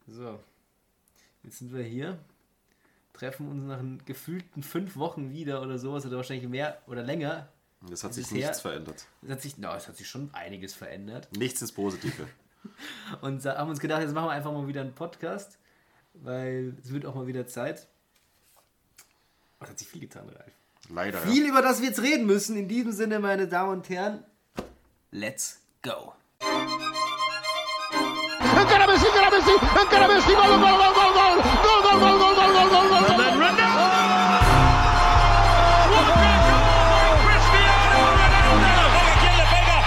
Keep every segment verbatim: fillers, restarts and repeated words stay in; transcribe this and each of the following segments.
So, jetzt sind wir hier, treffen uns nach gefühlten fünf Wochen wieder oder sowas oder wahrscheinlich mehr oder länger. Das hat sich nichts verändert. Es hat sich, no, es hat sich schon einiges verändert. Nichts ins Positive. Und haben uns gedacht, jetzt machen wir einfach mal wieder einen Podcast, weil es wird auch mal wieder Zeit. Es hat sich viel getan, Ralf. Leider, Viel, ja. über das wir jetzt reden müssen. In diesem Sinne, meine Damen und Herren, let's go. Encara Messi, encara Messi, encara Messi, gol, gol, gol, gol, gol, gol, gol, gol, gol, gol, gol, gol, gol. And then Ronaldo! What a goal by Cristiano Ronaldo! Aquí le pega,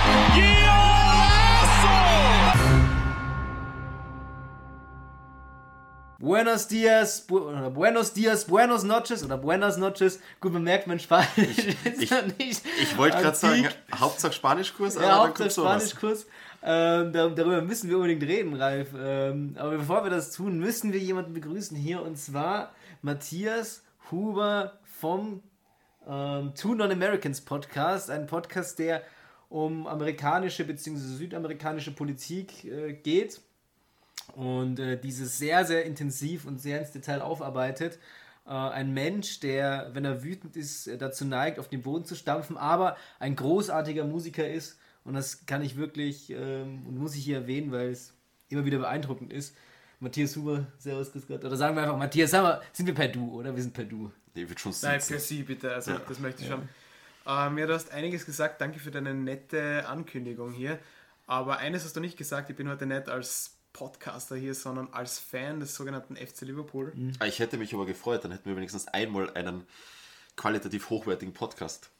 golazo! Buenos dias, bu oder buenos dias, buenos noches oder buenas noches. Gut, man merkt, mein Spanisch ist Ich, ja nicht. ich wollte gerade sagen, Peak. Hauptsache Spanischkurs, aber Ja, dann Hauptsache kommt sowas. Spanischkurs. Ähm, dar- darüber müssen wir unbedingt reden, Ralf. Ähm, aber bevor wir das tun, müssen wir jemanden begrüßen hier, und zwar Matthias Huber vom ähm, Two Non-Americans Podcast. Ein Podcast, der um amerikanische bzw. südamerikanische Politik äh, geht und äh, diese sehr, sehr intensiv und sehr ins Detail aufarbeitet. Äh, ein Mensch, der, wenn er wütend ist, äh, dazu neigt, auf den Boden zu stampfen, aber ein großartiger Musiker ist. Und das kann ich wirklich ähm, und muss ich hier erwähnen, weil es immer wieder beeindruckend ist. Matthias Huber, servus, grüß Gott. Oder sagen wir einfach, Matthias, sag mal, sind wir per Du, oder? Wir sind per Du. Nee, wird schon Nein, sitzen. per Sie bitte, also Ja. das möchte ich schon. Ähm, ja, du hast einiges gesagt, danke für deine nette Ankündigung hier. Aber eines hast du nicht gesagt, ich bin heute nicht als Podcaster hier, sondern als Fan des sogenannten F C Liverpool. Ah, Ich hätte mich aber gefreut, dann hätten wir wenigstens einmal einen qualitativ hochwertigen Podcast.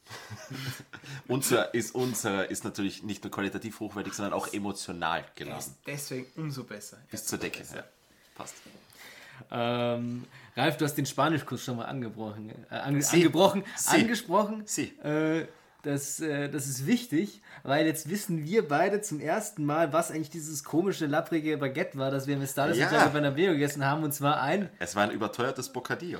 unser ist unser ist natürlich nicht nur qualitativ hochwertig, sondern auch emotional geladen. Deswegen umso besser. Bis zur Decke. Ja. Passt. Ähm, Ralf, du hast den Spanischkurs schon mal angebrochen. Äh, ange Sie. angebrochen, Sie. angesprochen. Sie. Äh, das, äh, das ist wichtig, weil jetzt wissen wir beide zum ersten Mal, was eigentlich dieses komische, lapprige Baguette war, das wir im Stade Ja. Santiago Bernabéu gegessen haben. Und zwar ein Es war ein überteuertes Bocadillo.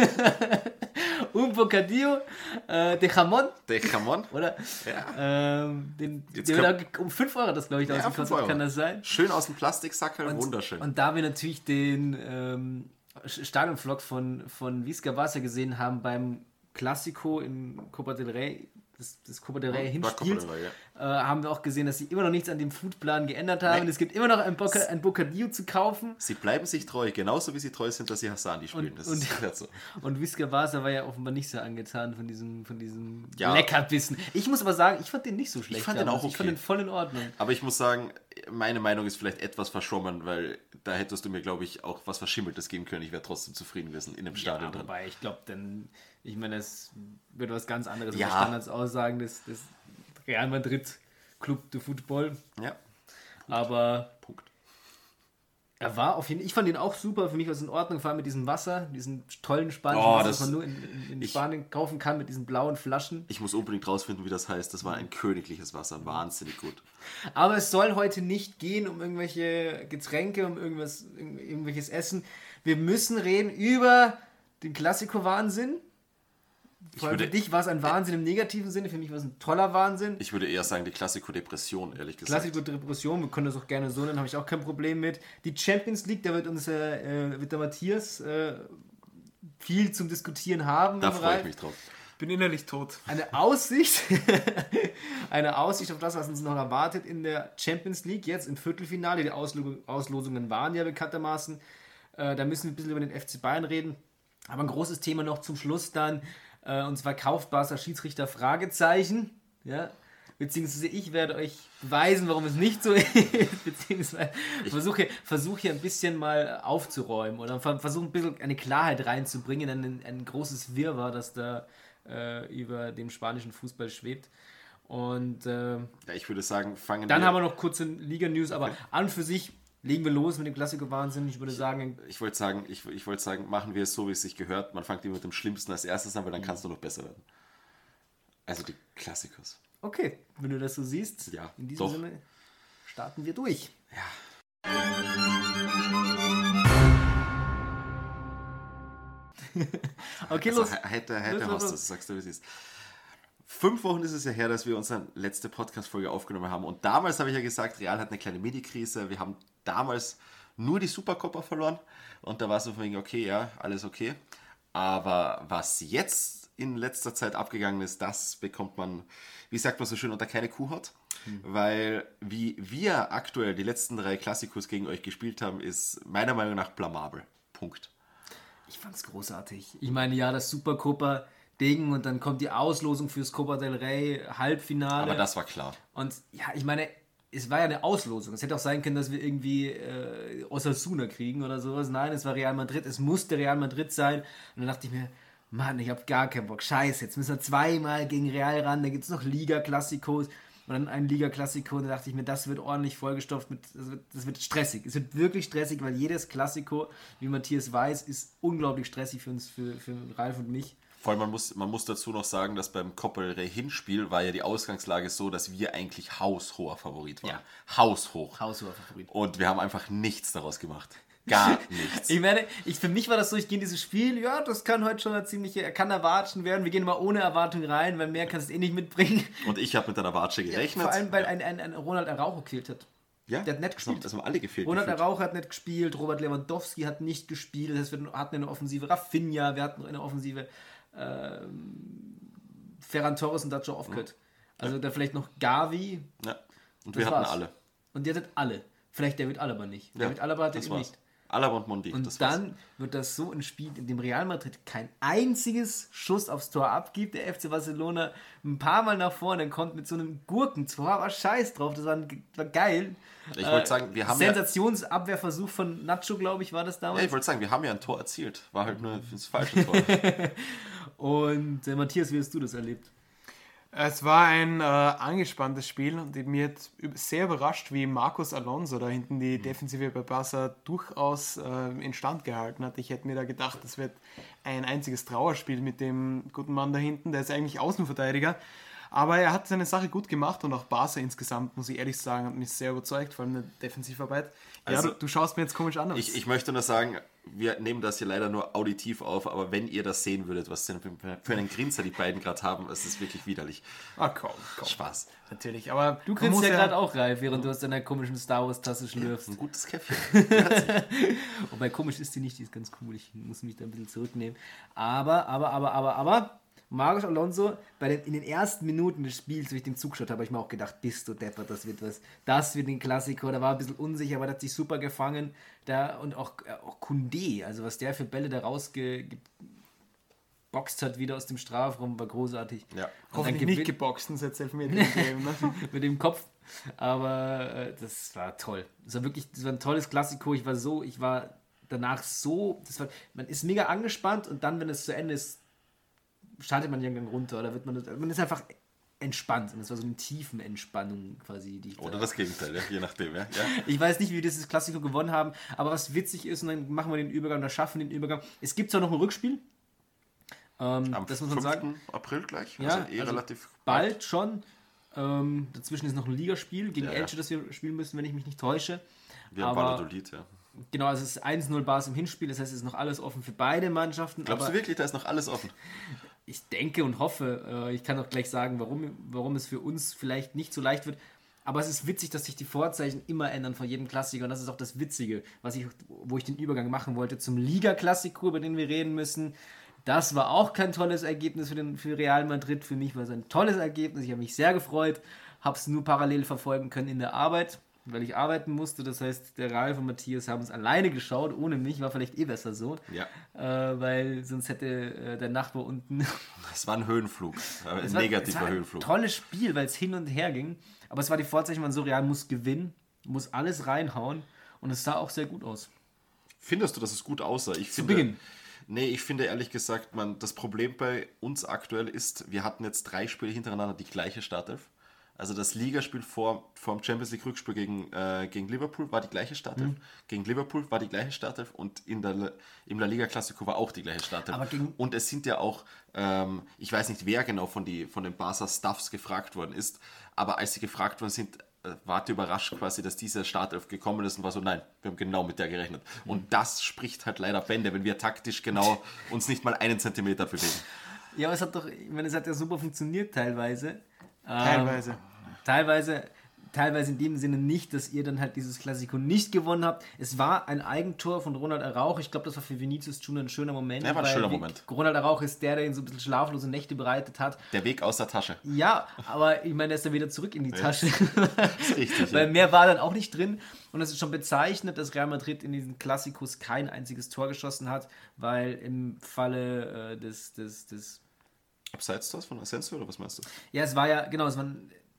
Un Bocadillo äh, de Jamón, De Jamón. oder? Ja. Ähm, den, Jetzt den wir kommt- da ge- um fünf Euro das, glaube ich, da Ja, ausgekostet, fünf Euro. kann das sein? Schön aus dem Plastiksackerl, Und, wunderschön. Und da wir natürlich den ähm, Stadionvlog von, von Visca Barça gesehen haben beim Classico in Copa del Rey, das, das Copa del Rey War Copa hinspielt, del Rey, ja. äh, haben wir auch gesehen, dass sie immer noch nichts an dem Foodplan geändert haben. Nein. Und es gibt immer noch ein, Boca, ein Bocadillo zu kaufen. Sie bleiben sich treu, genauso wie sie treu sind, dass sie Hassan spielen. Und- Das und- ist halt so. Und Visca Barça war ja offenbar nicht so angetan von diesem, von diesem Ja. Leckerbissen. Ich muss aber sagen, ich fand den nicht so schlecht. fand den damals. auch Ich fand okay. den voll in Ordnung. Aber ich muss sagen, meine Meinung ist vielleicht etwas verschwommen, weil da hättest du mir, glaube ich, auch was Verschimmeltes geben können. Ich wäre trotzdem zufrieden gewesen in dem Stadion Ja, drin. wobei, ich glaube, dann, ich meine, das wird was ganz anderes. Ja. Ja. Standardsaussagen des, des Real Madrid Club de Football. Ja, Aber Punkt. er war auf jeden Fall, ich fand ihn auch super. Für mich war es in Ordnung, vor allem mit diesem Wasser, diesen tollen spanischen Oh, Wasser, das- das man nur in, in, in ich- Spanien kaufen kann, mit diesen blauen Flaschen. Ich muss unbedingt rausfinden, wie das heißt. Das war ein königliches Wasser. Wahnsinnig gut. Aber es soll heute nicht gehen um irgendwelche Getränke, um irgendwas, irgend- irgendwelches Essen. Wir müssen reden über den Klassiko-Wahnsinn. Vor allem würde- für dich war es ein Wahnsinn im negativen Sinne, für mich war es ein toller Wahnsinn. Ich würde eher sagen, die Klassiko-Depression, ehrlich gesagt. Klassiko-Depression, wir können das auch gerne so nennen, habe ich auch kein Problem mit. Die Champions League, da wird uns äh, wird der Matthias äh, viel zum Diskutieren haben. Da im freue ich Ralf. mich drauf. Bin innerlich tot. Eine Aussicht, eine Aussicht auf das, was uns noch erwartet in der Champions League, jetzt im Viertelfinale. Die Auslo- Auslosungen waren ja bekanntermaßen. Äh, da müssen wir ein bisschen über den F C Bayern reden. Aber ein großes Thema noch zum Schluss dann, äh, und zwar kauft Barca Schiedsrichter Fragezeichen. Ja? Beziehungsweise ich werde euch beweisen, warum es nicht so ist. Beziehungsweise versuche versuch hier ein bisschen mal aufzuräumen oder versuche ein bisschen eine Klarheit reinzubringen in ein, ein großes Wirrwarr, das da äh, über dem spanischen Fußball schwebt. Und äh, Ja, ich würde sagen, fangen dann wir... haben wir noch kurze Liga-News, aber an und für sich legen wir los mit dem Klassiker-Wahnsinn. Ich würde sagen, Ich wollte sagen, ich, ich wollte sagen, machen wir es so, wie es sich gehört. Man fängt immer mit dem Schlimmsten als erstes an, weil dann kann es nur noch besser werden. Also die Klassikers. okay, wenn du das so siehst, Ja, in diesem doch. Sinne starten wir durch. Okay, Also los. hätte, hätte Los, los, hast du, los. sagst du, wie es ist. Fünf Wochen ist es ja her, dass wir unsere letzte Podcast-Folge aufgenommen haben. Und damals habe ich ja gesagt, Real hat eine kleine Mini-Krise. Wir haben damals nur die Supercopa verloren und da war es so von wegen, okay, ja, alles okay. Aber was jetzt in letzter Zeit abgegangen ist, das bekommt man, wie sagt man so schön, unter keine Kuhhaut. Mhm. Weil wie wir aktuell die letzten drei Klassikos gegen euch gespielt haben, ist meiner Meinung nach blamabel. Punkt. Ich fand's großartig. Ich meine, ja, das Supercopa-Ding und dann kommt die Auslosung fürs Copa del Rey Halbfinale. Aber das war klar. Und ja, ich meine, es war ja eine Auslosung. Es hätte auch sein können, dass wir irgendwie äh, Osasuna kriegen oder sowas. Nein, es war Real Madrid. Es musste Real Madrid sein. Und dann dachte ich mir, Mann, ich habe gar keinen Bock. Scheiße, jetzt müssen wir zweimal gegen Real ran. Da gibt es noch Liga-Klassikos. Und dann ein Liga-Klassiko. Und da dachte ich mir, das wird ordentlich vollgestopft. Mit, das, wird, das wird stressig. Es wird wirklich stressig, weil jedes Klassiko, wie Matthias weiß, ist unglaublich stressig für uns, für, für Ralf und mich. Vor allem, man muss, man muss dazu noch sagen, dass beim Copa del Rey Hinspiel war ja die Ausgangslage so, dass wir eigentlich haushoher Favorit waren. Ja. Haushoch. Haushoher Favorit. Und wir haben einfach nichts daraus gemacht. Gar nichts. Ich meine, ich, für mich war das so, ich gehe in dieses Spiel, ja, das kann heute schon eine ziemliche, kann eine Watschen werden. Wir gehen mal ohne Erwartung rein, weil mehr kannst du eh nicht mitbringen. Und ich habe mit einer Watsche gerechnet. Ja, vor allem, weil ein, ein, ein Ronald Araujo gefehlt hat. Ja, der hat nicht gespielt. Das haben alle gefehlt. Ronald Araujo hat nicht gespielt, Robert Lewandowski hat nicht gespielt, das heißt, wir hatten eine Offensive Rafinha, wir hatten eine Offensive ähm, Ferran Torres und Dacho aufgehört. Also ja. Da vielleicht noch Gavi. Ja, und wir hatten war's. alle. Und ihr hattet alle. Vielleicht David Alaba nicht. Ja, David Alaba hatte eben nicht. Alaba und Mondi. Und das dann war's. wird das so ein Spiel, in dem Real Madrid kein einziges Schuss aufs Tor abgibt. Der F C Barcelona ein paar Mal nach vorne kommt mit so einem Gurkentor, aber scheiß drauf, das war, war geil. Ich wollte sagen, wir haben Sensationsabwehrversuch von Nacho, glaube ich, war das damals. Ja, ich wollte sagen, wir haben ja ein Tor erzielt. War halt nur das falsche Tor. Und äh, Matthias, wie hast du das erlebt? Es war ein äh, angespanntes Spiel und mir hat sehr überrascht, wie Marcos Alonso da hinten die Defensive bei Barca durchaus äh, instand gehalten hat. Ich hätte mir da gedacht, das wird ein einziges Trauerspiel mit dem guten Mann da hinten. Der ist eigentlich Außenverteidiger. Aber er hat seine Sache gut gemacht und auch Barca insgesamt, muss ich ehrlich sagen, hat mich sehr überzeugt, vor allem in der Defensivarbeit. Ja, also, du, du schaust mir jetzt komisch an. Ich, ich möchte nur sagen, wir nehmen das hier leider nur auditiv auf, aber wenn ihr das sehen würdet, was denn für einen Grinser die beiden gerade haben, ist es wirklich widerlich. Ah, komm, komm. Spaß. Natürlich, aber du grinst ja gerade auch, Ralf, während du aus deiner komischen Star Wars Tasse schlürfst. Ja, ein gutes Käffchen. Wobei komisch ist die nicht, die ist ganz cool, ich muss mich da ein bisschen zurücknehmen. Aber, aber, aber, aber, aber... Marcos Alonso, bei den, in den ersten Minuten des Spiels, wo ich den zugeschaut habe, habe ich mir auch gedacht, bist du deppert, das wird was. Das wird ein Klassiker. Da war ein bisschen unsicher, aber der hat sich super gefangen. Da, und auch, auch Koundé, also was der für Bälle da rausgeboxt hat, wieder aus dem Strafraum, war großartig. Ja. Hoffentlich nicht geboxt, sonst hätte es Elfmeter gegeben. Ne? Mit dem Kopf. Aber äh, das war toll. Das war wirklich, das war ein tolles Klassiko. Ich war so, ich war danach so, das war, man ist mega angespannt und dann, wenn es zu Ende ist, startet man den Gang runter oder wird man, man ist einfach entspannt und das war so eine tiefen Entspannung quasi. Die Oder da, das Gegenteil, ja, je nachdem. Ja. Ja. Ich weiß nicht, wie wir dieses Klassiko gewonnen haben, aber was witzig ist, und dann machen wir den Übergang, da schaffen wir den Übergang. Es gibt zwar noch ein Rückspiel, ähm, am das muss man sagen. April gleich, ja, also eh also relativ bald, bald schon. Ähm, dazwischen ist noch ein Ligaspiel gegen ja, Elche, ja. das wir spielen müssen, wenn ich mich nicht täusche. Wir haben Valladolid, ja. Genau, also es ist eins null Bars im Hinspiel, das heißt, es ist noch alles offen für beide Mannschaften. Glaubst aber du wirklich, da ist noch alles offen? Ich denke und hoffe, ich kann auch gleich sagen, warum, warum es für uns vielleicht nicht so leicht wird. Aber es ist witzig, dass sich die Vorzeichen immer ändern von jedem Klassiker. Und das ist auch das Witzige, was ich, wo ich den Übergang machen wollte zum Liga-Klassiker, über den wir reden müssen. Das war auch kein tolles Ergebnis für, den, für Real Madrid. Für mich war es ein tolles Ergebnis. Ich habe mich sehr gefreut, habe es nur parallel verfolgen können in der Arbeit, weil ich arbeiten musste. Das heißt, der Ralf und Matthias haben es alleine geschaut, ohne mich. War vielleicht eh besser so. Ja. Äh, weil sonst hätte äh, der Nachbar unten... Es war ein Höhenflug, ein es negativer war, es war Höhenflug. Ein tolles Spiel, weil es hin und her ging. Aber es war die Vorzeichen, man so Real muss gewinnen, muss alles reinhauen. Und es sah auch sehr gut aus. Findest du, dass es gut aussah? Ich Zu finde, Beginn. Nee, ich finde ehrlich gesagt, man, das Problem bei uns aktuell ist, wir hatten jetzt drei Spiele hintereinander die gleiche Startelf. Also das Ligaspiel vor, vor dem Champions League Rückspiel gegen, äh, gegen Liverpool war die gleiche Startelf. Mhm. Gegen Liverpool war die gleiche Startelf und in der, im La Liga Classico war auch die gleiche Startelf. Aber gegen und es sind ja auch, ähm, ich weiß nicht, wer genau von, die, von den Barca Staffs gefragt worden ist, aber als sie gefragt worden sind, äh, wart ihr überrascht quasi, dass diese Startelf gekommen ist und war so, nein, wir haben genau mit der gerechnet. Mhm. Und das spricht halt leider Bände, wenn wir taktisch genau uns nicht mal einen Zentimeter bewegen. Ja, aber es hat doch, ich meine, es hat ja super funktioniert teilweise. Teilweise. Ähm, teilweise, teilweise in dem Sinne nicht, dass ihr dann halt dieses Klassiko nicht gewonnen habt. Es war ein Eigentor von Ronald Araujo. Ich glaube, das war für Vinicius Junior ein schöner Moment. Ja, war ein schöner Moment. Ronald Araujo ist der, der ihn so ein bisschen schlaflose Nächte bereitet hat. Der Weg aus der Tasche. Ja, aber ich meine, der ist dann wieder zurück in die Tasche. Das ist richtig. Weil ja. mehr war dann auch nicht drin. Und es ist schon bezeichnet, dass Real Madrid in diesen Klassikos kein einziges Tor geschossen hat, weil im Falle äh, des, des, des Abseits das von Asensio oder was meinst du? Ja, es war ja, genau, es war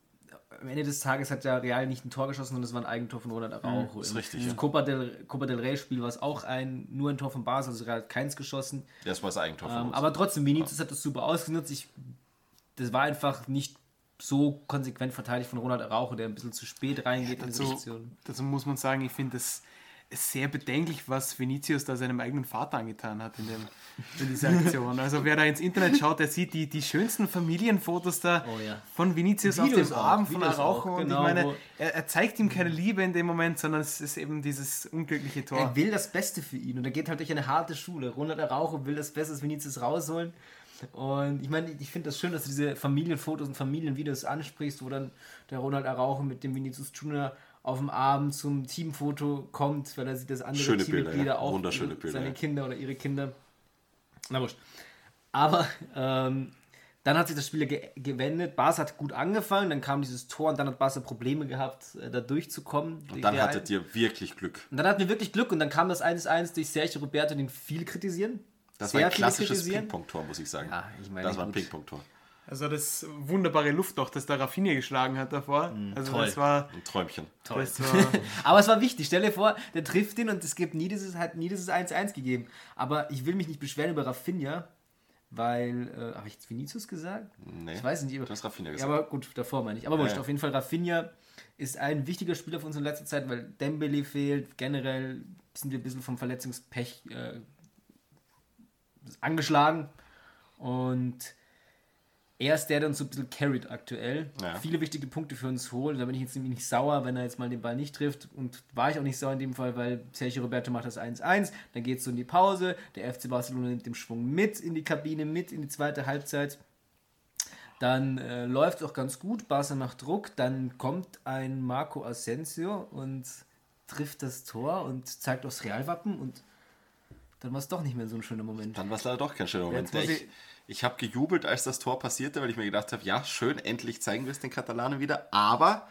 am Ende des Tages hat ja Real nicht ein Tor geschossen, sondern es war ein Eigentor von Ronald Araujo. Das ist richtig, Im ja. Copa del, Copa del Rey Spiel war es auch ein, nur ein Tor von Barca, also Real hat keins geschossen. Das war das Eigentor von Ähm, uns. aber trotzdem, Vinicius ja. hat das super ausgenutzt. Ich, das war einfach nicht so konsequent verteidigt von Ronald Araujo, der ein bisschen zu spät reingeht in die Dazu, Situation. dazu muss man sagen, ich finde es sehr bedenklich, was Vinicius da seinem eigenen Vater angetan hat in, dem, in dieser Aktion. Also wer da ins Internet schaut, der sieht die, die schönsten Familienfotos da Oh ja. von Vinicius Videos auf dem auch, Arm von Videos Araujo. auch, Und genau, ich meine, wo- er, er zeigt ihm keine Liebe in dem Moment, sondern es ist eben dieses unglückliche Tor. Er will das Beste für ihn und er geht halt durch eine harte Schule. Ronald Araujo will das Beste aus Vinicius rausholen. Und ich meine, ich finde das schön, dass du diese Familienfotos und Familienvideos ansprichst, wo dann der Ronald Araujo mit dem Vinicius Junior auf dem Abend zum Teamfoto kommt, weil er sieht, dass andere Schöne Bilder, Teammitglieder ja. auch Wunderschöne Bilder, seine ja. Kinder oder ihre Kinder. Na wurscht. Aber ähm, dann hat sich das Spiel ja ge gewendet. Barca hat gut angefangen, dann kam dieses Tor und dann hat Barca Probleme gehabt, äh, da durchzukommen. Und dann Real- hattet ihr wirklich Glück. und dann hatten wir wirklich Glück und dann kam das eins eins durch Sergio Roberto, den viel kritisieren. Das Sehr war ein viele klassisches kritisieren. Ping-Pong-Tor, muss ich sagen. Ja, ich meine, das war ein gut. Ping-Pong-Tor. Also das wunderbare Luftloch, das da Rafinha geschlagen hat davor. Also toll. das war... Ein Träumchen. Das war Aber es war wichtig. Stell dir vor, der trifft ihn und es gibt nie dieses, hat nie dieses eins eins gegeben. Aber ich will mich nicht beschweren über Rafinha, weil, äh, habe ich jetzt Vinicius gesagt? Nee, Ich weiß nicht. du hast Rafinha Ja, gesagt. aber gut, davor meine ich. Aber wurscht, Ja. auf jeden Fall Rafinha ist ein wichtiger Spieler für uns in letzter Zeit, weil Dembele fehlt. Generell sind wir ein bisschen vom Verletzungspech äh, angeschlagen. Und er ist der, der uns so ein bisschen carried aktuell. Ja. Viele wichtige Punkte für uns holen. Da bin ich jetzt nämlich nicht sauer, wenn er jetzt mal den Ball nicht trifft. Und war ich auch nicht sauer in dem Fall, weil Sergio Roberto macht das eins eins. Dann geht es so in die Pause. Der F C Barcelona nimmt den Schwung mit in die Kabine, mit in die zweite Halbzeit. Dann äh, läuft es auch ganz gut. Barca macht Druck. Dann kommt ein Marco Asensio und trifft das Tor und zeigt aufs Realwappen. Und dann war es doch nicht mehr so ein schöner Moment. Dann war es leider doch kein schöner Moment. Jetzt muss Ich, ich- ich habe gejubelt, als das Tor passierte, weil ich mir gedacht habe, ja, schön, endlich zeigen wir es den Katalanen wieder. Aber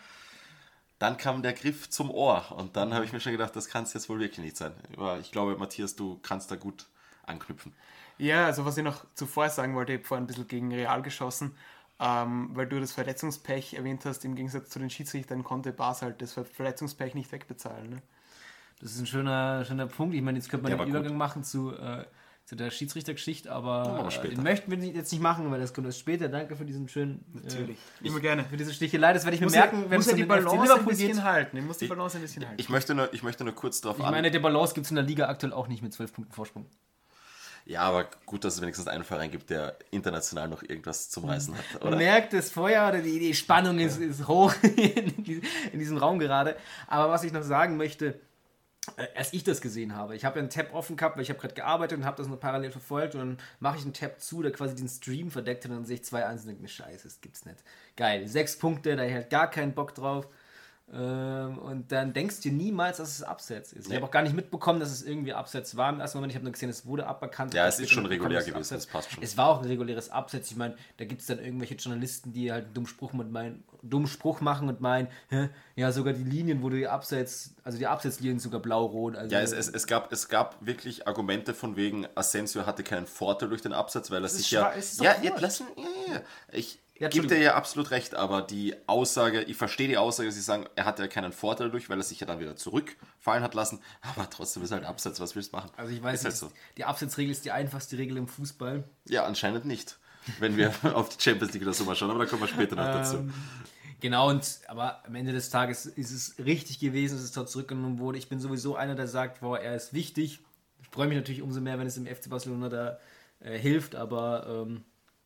dann kam der Griff zum Ohr. Und dann habe ich mir schon gedacht, das kann es jetzt wohl wirklich nicht sein. Aber ich glaube, Matthias, du kannst da gut anknüpfen. Ja, also was ich noch zuvor sagen wollte, ich habe vorhin ein bisschen gegen Real geschossen, ähm, weil du das Verletzungspech erwähnt hast, im Gegensatz zu den Schiedsrichtern konnte Bas halt das Verletzungspech nicht wegbezahlen. Ne? Das ist ein schöner, schöner Punkt. Ich meine, jetzt könnte man Der den war Übergang gut. machen zu, äh, zu der Schiedsrichtergeschichte, machen aber wir äh, später. den möchten wir jetzt nicht machen, weil das kommt erst später. Danke für diesen schönen... Natürlich. Äh, Immer gerne. für diese Stichelei. Das werde ich mir Muss merken, ja, wenn muss es ja um die den F C Balance ein Liverpool bisschen geht. halten. Ich muss die Balance ein bisschen halten. Ich möchte nur, ich möchte nur kurz darauf Ich an. meine, der Balance gibt es in der Liga aktuell auch nicht mit zwölf Punkten Vorsprung. Ja, aber gut, dass es wenigstens einen Verein gibt, der international noch irgendwas zum Reißen hat, Man oder? merkt das Feuer oder die, die Spannung ist, ist hoch in, die- in diesem Raum gerade. Aber was ich noch sagen möchte, äh, als ich das gesehen habe, ich habe ja einen Tab offen gehabt, weil ich habe gerade gearbeitet und habe das nur parallel verfolgt und dann mache ich einen Tab zu, der quasi den Stream verdeckt und dann sehe ich zwei eins und denke mir, scheiße, das gibt's nicht. Geil, sechs Punkte, da hält gar keinen Bock drauf. Ähm, und dann denkst du dir niemals, dass es Abseits ist. Ich Nee. habe auch gar nicht mitbekommen, dass es irgendwie Abseits war im ersten Moment. Ich habe nur gesehen, es wurde aberkannt. Ja, Ich es hab ist schon mitbekommen, regulär dass es gewesen, Abseits- das passt schon. Es war auch ein reguläres Abseits. Ich meine, da gibt es dann irgendwelche Journalisten, die halt einen dummen Spruch, mit meinen, dummen Spruch machen und meinen, hä, ja, sogar die Linien, wo die Abseits, also die Abseitslinien sogar blau-rot. Also Ja, es, es, es, gab, es gab wirklich Argumente von wegen, Asensio hatte keinen Vorteil durch den Absatz, weil er sich ist ja... schwa- es ist doch Ja, wurscht. jetzt lassen... Ja, ja. Ich Ja, gebe dir Entschuldigung. ja absolut recht, aber die Aussage, ich verstehe die Aussage, dass sie sagen, er hatte ja keinen Vorteil dadurch, weil er sich ja dann wieder zurückfallen hat lassen, aber trotzdem ist halt Absatz, was willst du machen? Also ich weiß ist halt nicht, so. die Abseitsregel ist die einfachste Regel im Fußball. Ja, anscheinend nicht, wenn wir auf die Champions League oder so mal schauen, aber da kommen wir später noch dazu. Ähm, Genau, und aber am Ende des Tages ist es richtig gewesen, dass es dort zurückgenommen wurde. Ich bin sowieso einer, der sagt, boah, er ist wichtig. Ich freue mich natürlich umso mehr, wenn es im F C Barcelona da äh, hilft, aber ähm,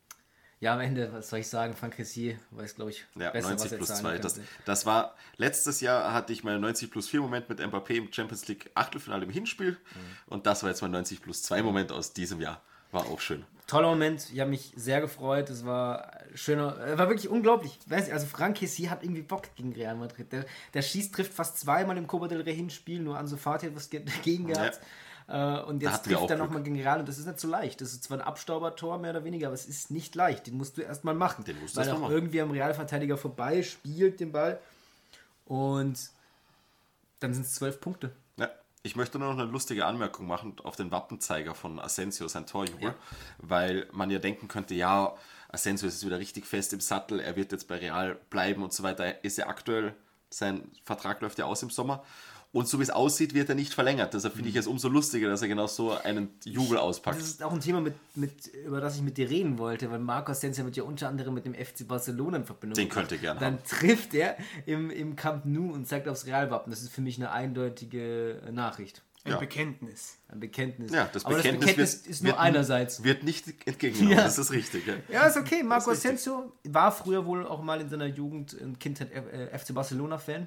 ja, am Ende, was soll ich sagen, Franck Ressier weiß, glaube ich, Ja, besser, neunzig was er plus zahlen zwei. Das, könnte. das war, letztes Jahr hatte ich meinen neunzig plus vier Moment mit Mbappé im Champions League Achtelfinale im Hinspiel und das war jetzt mein neunzig plus zwei Moment aus diesem Jahr. War auch schön. Toller Moment, ich habe mich sehr gefreut, es war schöner, äh, war wirklich unglaublich. Weiß nicht, also Franck Kessie hat irgendwie Bock gegen Real Madrid. Der, der schießt, trifft fast zweimal im Copa del Rey Hinspiel, nur Ansu Fati hat was dagegen gehabt. Ja. Äh, und jetzt trifft er nochmal gegen Real und das ist nicht so leicht. Das ist zwar ein Abstaubertor mehr oder weniger, aber es ist nicht leicht. Den musst du erstmal machen. Den musst du weil er auch machen. Irgendwie am Realverteidiger vorbei spielt den Ball und dann sind es zwölf Punkte. Ja. Ich möchte nur noch eine lustige Anmerkung machen auf den Wappenzeiger von Asensio, sein Torjubel, ja. Weil man ja denken könnte, ja, Asensio ist wieder richtig fest im Sattel, er wird jetzt bei Real bleiben und so weiter. Ist ja aktuell, sein Vertrag läuft ja aus im Sommer und so wie es aussieht, wird er nicht verlängert. Deshalb finde ich es umso lustiger, dass er genau so einen Jubel auspackt. Das ist auch ein Thema, mit, mit, über das ich mit dir reden wollte, weil Marco Asensio wird ja unter anderem mit dem F C Barcelona in Verbindung. Den könnte er gerne Dann haben. trifft er im, im Camp Nou und zeigt aufs Realwappen. Das ist für mich eine eindeutige Nachricht. Ein ja. Bekenntnis. Ein Bekenntnis. Ja, das Aber Bekenntnis, das Bekenntnis wird, ist nur wird, einerseits. Wird nicht entgegengenommen, ja. Das ist richtig. Ja, ja ist okay. Marco Asensio war früher wohl auch mal in seiner Jugend und Kindheit F C Barcelona-Fan.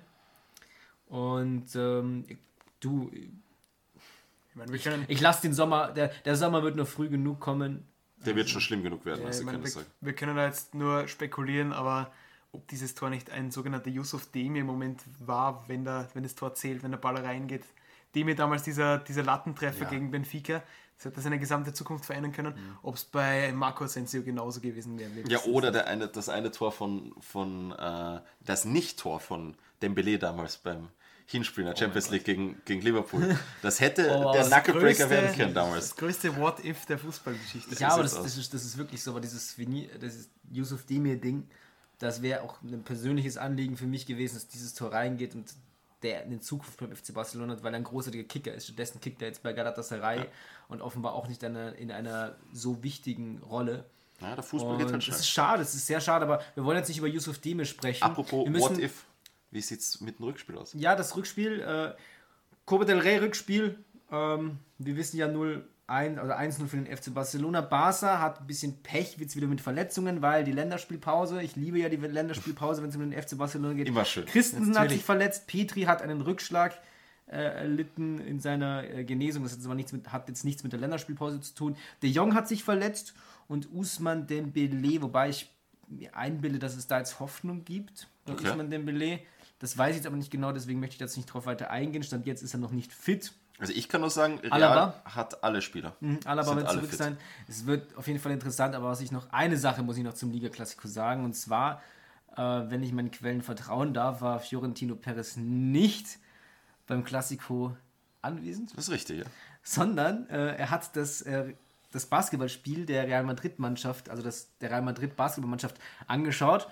Und ähm, du, ich, meine, wir können, ich lasse den Sommer, der, der Sommer wird noch früh genug kommen. Der also, wird schon schlimm genug werden, ja, was ich meine, kann wir, sagen. Wir können da jetzt nur spekulieren, aber ob dieses Tor nicht ein sogenannter Yusuf Demir im Moment war, wenn, der, wenn das Tor zählt, wenn der Ball reingeht. Demir damals dieser, dieser Lattentreffer ja. gegen Benfica, das hätte seine gesamte Zukunft verändern können. Mhm. Ob es bei Marco Asensio genauso gewesen wäre. Ja, oder der eine, das eine Tor von, von äh, das Nicht-Tor von Dembélé damals beim Hinspiel in der Champions oh League gegen, gegen Liverpool. Das hätte oh, der Knucklebreaker werden können damals. Das größte What-If der Fußballgeschichte. Ja, aber das, das, ist, das ist wirklich so, aber dieses das Yusuf Demir-Ding, das wäre auch ein persönliches Anliegen für mich gewesen, dass dieses Tor reingeht und der in Zukunft beim F C Barcelona hat, weil er ein großartiger Kicker ist. Stattdessen kickt er jetzt bei Galatasaray ja. und offenbar auch nicht in einer, in einer so wichtigen Rolle. Ja, der Fußball und geht halt schnell. Das ist schade, das ist sehr schade, aber wir wollen jetzt nicht über Yusuf Demir sprechen. Apropos wir müssen, What If, wie sieht es mit dem Rückspiel aus? Ja, das Rückspiel, äh, Copa del Rey Rückspiel, ähm, wir wissen ja null eins, also eins null für den F C Barcelona. Barca hat ein bisschen Pech, wird es wieder mit Verletzungen, weil die Länderspielpause, ich liebe ja die Länderspielpause, wenn es um den F C Barcelona geht. Immer schön. Christensen hat sich verletzt, Petri hat einen Rückschlag äh, erlitten in seiner äh, Genesung, das hat, aber nichts mit, hat jetzt nichts mit der Länderspielpause zu tun. De Jong hat sich verletzt und Ousmane Dembélé, wobei ich mir einbilde, dass es da jetzt Hoffnung gibt bei okay. Ousmane Dembélé. Das weiß ich jetzt aber nicht genau, deswegen möchte ich jetzt nicht drauf weiter eingehen. Stand jetzt ist er noch nicht fit. Also ich kann nur sagen, Real Alaba hat alle Spieler. Mhm, Alaba wird zurück fit. sein. Es wird auf jeden Fall interessant, aber was ich noch, eine Sache muss ich noch zum Liga-Klassiko sagen, und zwar, äh, wenn ich meinen Quellen vertrauen darf, war Florentino Perez nicht beim Klassiko anwesend. Das ist richtig, ja. Sondern äh, er hat das, äh, das Basketballspiel der Real Madrid-Mannschaft, also das, der Real Madrid-Basketballmannschaft angeschaut,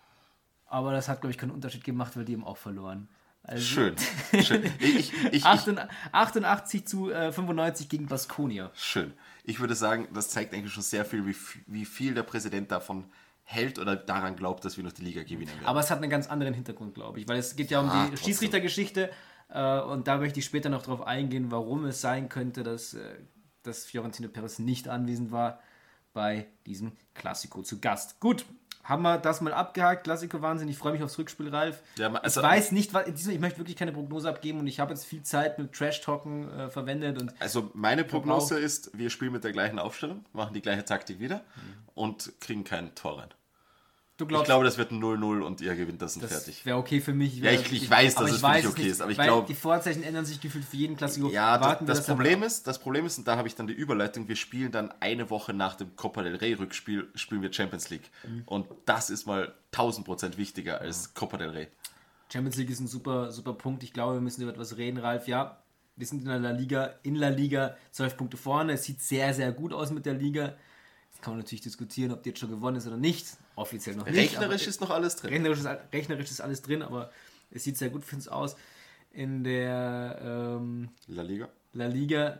aber das hat, glaube ich, keinen Unterschied gemacht, weil die eben auch verloren. Also schön. schön. Ich, ich, achtundachtzig zu fünfundneunzig gegen Baskonia. Schön. Ich würde sagen, das zeigt eigentlich schon sehr viel, wie, wie viel der Präsident davon hält oder daran glaubt, dass wir noch die Liga gewinnen werden. Aber es hat einen ganz anderen Hintergrund, glaube ich, weil es geht ja um ah, die trotzdem. Schiedsrichtergeschichte äh, und da möchte ich später noch darauf eingehen, warum es sein könnte, dass, äh, dass Florentino Perez nicht anwesend war bei diesem Klassiko zu Gast. Gut. Haben wir das mal abgehakt, Klassiko-Wahnsinn, ich freue mich aufs Rückspiel, Ralf. Ja, also ich weiß nicht, was, ich möchte wirklich keine Prognose abgeben und ich habe jetzt viel Zeit mit Trash-Talken äh, verwendet. Und also meine Prognose ist, wir spielen mit der gleichen Aufstellung, machen die gleiche Taktik wieder mhm. und kriegen kein Tor rein. Du glaubst, ich glaube, das wird ein null null und ihr gewinnt das und das fertig. Wäre okay für mich. Ja, ich, ich weiß, dass es für dich okay nicht, ist, aber ich glaube... Die Vorzeichen ändern sich gefühlt für jeden Klassiko. Ja, Warten das, das, Problem ist, das Problem ist, und da habe ich dann die Überleitung, wir spielen dann eine Woche nach dem Copa del Rey Rückspiel, spielen wir Champions League. Mhm. Und das ist mal tausend Prozent wichtiger als mhm. Copa del Rey. Champions League ist ein super, super Punkt. Ich glaube, wir müssen über etwas reden, Ralf. Ja, wir sind in der La Liga, in La Liga zwölf Punkte vorne. Es sieht sehr, sehr gut aus mit der Liga. Kann man natürlich diskutieren, ob die jetzt schon gewonnen ist oder nicht. Offiziell noch nicht. Rechnerisch ist noch alles drin. Rechnerisch ist, rechnerisch ist alles drin, aber es sieht sehr gut für uns aus. In der ähm, La Liga. La Liga,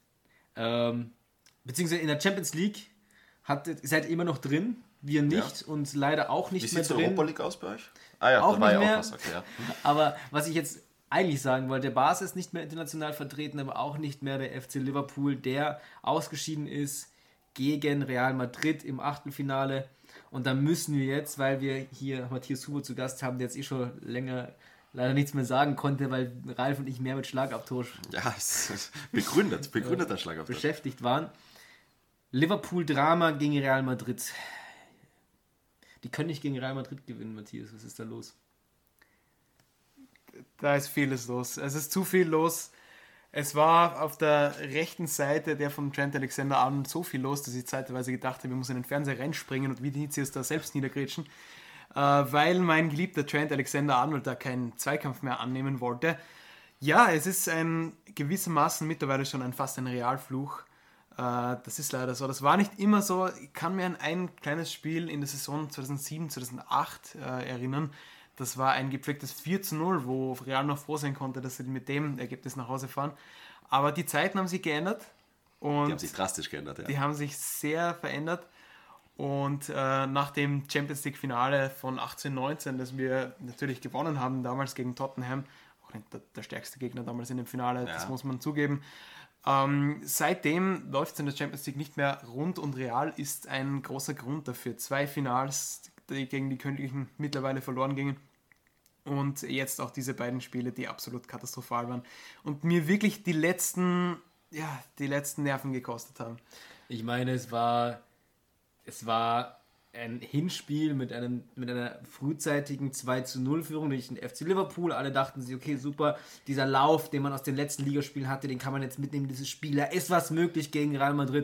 ähm, beziehungsweise in der Champions League hat, seid ihr immer noch drin, wir nicht ja. und leider auch nicht Wie mehr drin. Wie sieht die Europa League aus bei euch? Ah ja, auch da war nicht ja mehr. auch was. Okay, ja. Aber was ich jetzt eigentlich sagen wollte, der Barca ist nicht mehr international vertreten, aber auch nicht mehr der F C Liverpool, der ausgeschieden ist gegen Real Madrid im Achtelfinale. Und da müssen wir jetzt, weil wir hier Matthias Huber zu Gast haben, der jetzt eh schon länger leider nichts mehr sagen konnte, weil Ralf und ich mehr mit Schlagabtausch ja, es ist begründet, begründeter Schlagabtausch beschäftigt waren. Liverpool-Drama gegen Real Madrid. Die können nicht gegen Real Madrid gewinnen, Matthias. Was ist da los? Da ist vieles los. Es ist zu viel los. Es war auf der rechten Seite der von Trent Alexander-Arnold so viel los, dass ich zeitweise gedacht habe, ich muss in den Fernseher reinspringen und Vinicius da selbst niedergrätschen, äh, weil mein geliebter Trent Alexander-Arnold da keinen Zweikampf mehr annehmen wollte. Ja, es ist ein gewissermaßen mittlerweile schon ein, fast ein Realfluch. Äh, das ist leider so. Das war nicht immer so. Ich kann mir an ein kleines Spiel in der Saison zweitausendsieben, zweitausendacht äh, erinnern. Das war ein gepflegtes vier zu null, wo Real noch froh sein konnte, dass sie mit dem Ergebnis nach Hause fahren. Aber die Zeiten haben sich geändert. Und Die haben sich drastisch geändert, ja. die haben sich sehr verändert. Und äh, nach dem Champions League Finale von achtzehn neunzehn, das wir natürlich gewonnen haben, damals gegen Tottenham, auch nicht der, der stärkste Gegner damals in dem Finale, Ja. das muss man zugeben. Ähm, seitdem läuft es in der Champions League nicht mehr rund und Real ist ein großer Grund dafür. Zwei Finals, die gegen die Königlichen mittlerweile verloren gingen. Und jetzt auch diese beiden Spiele, die absolut katastrophal waren und mir wirklich die letzten, ja, die letzten Nerven gekostet haben. Ich meine, es war, es war ein Hinspiel mit, einem, mit einer frühzeitigen zwei zu null Führung durch den F C Liverpool. Alle dachten sich, okay, super, dieser Lauf, den man aus den letzten Ligaspielen hatte, den kann man jetzt mitnehmen, dieses Spiel. Da ist was möglich gegen Real Madrid.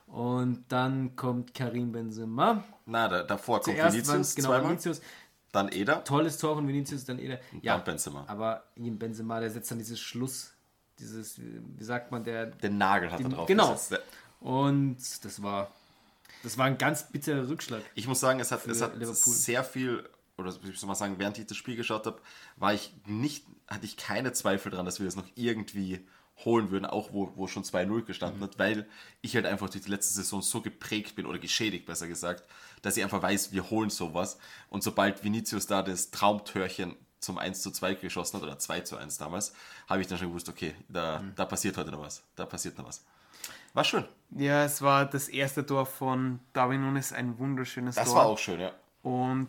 Und dann kommt Karim Benzema. Na, da, davor kommt Zuerst Vinicius waren's genau zweimal, Vinicius. dann Eder. Tolles Tor von Vinicius, dann Eder. Ja, dann Benzema. aber ihm Benzema, der setzt dann dieses Schluss, dieses, wie sagt man, der... Den Nagel hat er Die- drauf genau. gesetzt. Ja. Und das war, das war ein ganz bitterer Rückschlag. Ich muss sagen, es hat, es hat Liverpool. sehr viel, oder wie soll man sagen, während ich das Spiel geschaut habe, war ich nicht, hatte ich keine Zweifel daran, dass wir das noch irgendwie holen würden, auch wo, wo schon zwei null gestanden Mhm. hat, weil ich halt einfach durch die letzte Saison so geprägt bin, oder geschädigt besser gesagt, dass ich einfach weiß, wir holen sowas. Und sobald Vinicius da das Traumtörchen zum eins zu zwei geschossen hat, oder zwei zu eins damals, habe ich dann schon gewusst, okay, da, Mhm. da passiert heute noch was. Da passiert noch was. War schön. Ja, es war das erste Tor von Darwin Núñez, ein wunderschönes Das Tor. war auch schön, ja. Und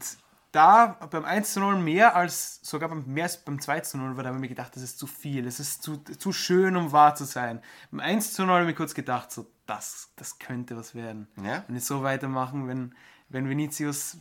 da beim eins zu null mehr als, sogar beim, mehr als beim zwei zu null war, da habe ich mir gedacht, das ist zu viel, das ist zu, zu schön, um wahr zu sein. Beim eins zu null habe ich mir kurz gedacht, so, das, das könnte was werden. Ja. Wenn wir so weitermachen, wenn, wenn Vinicius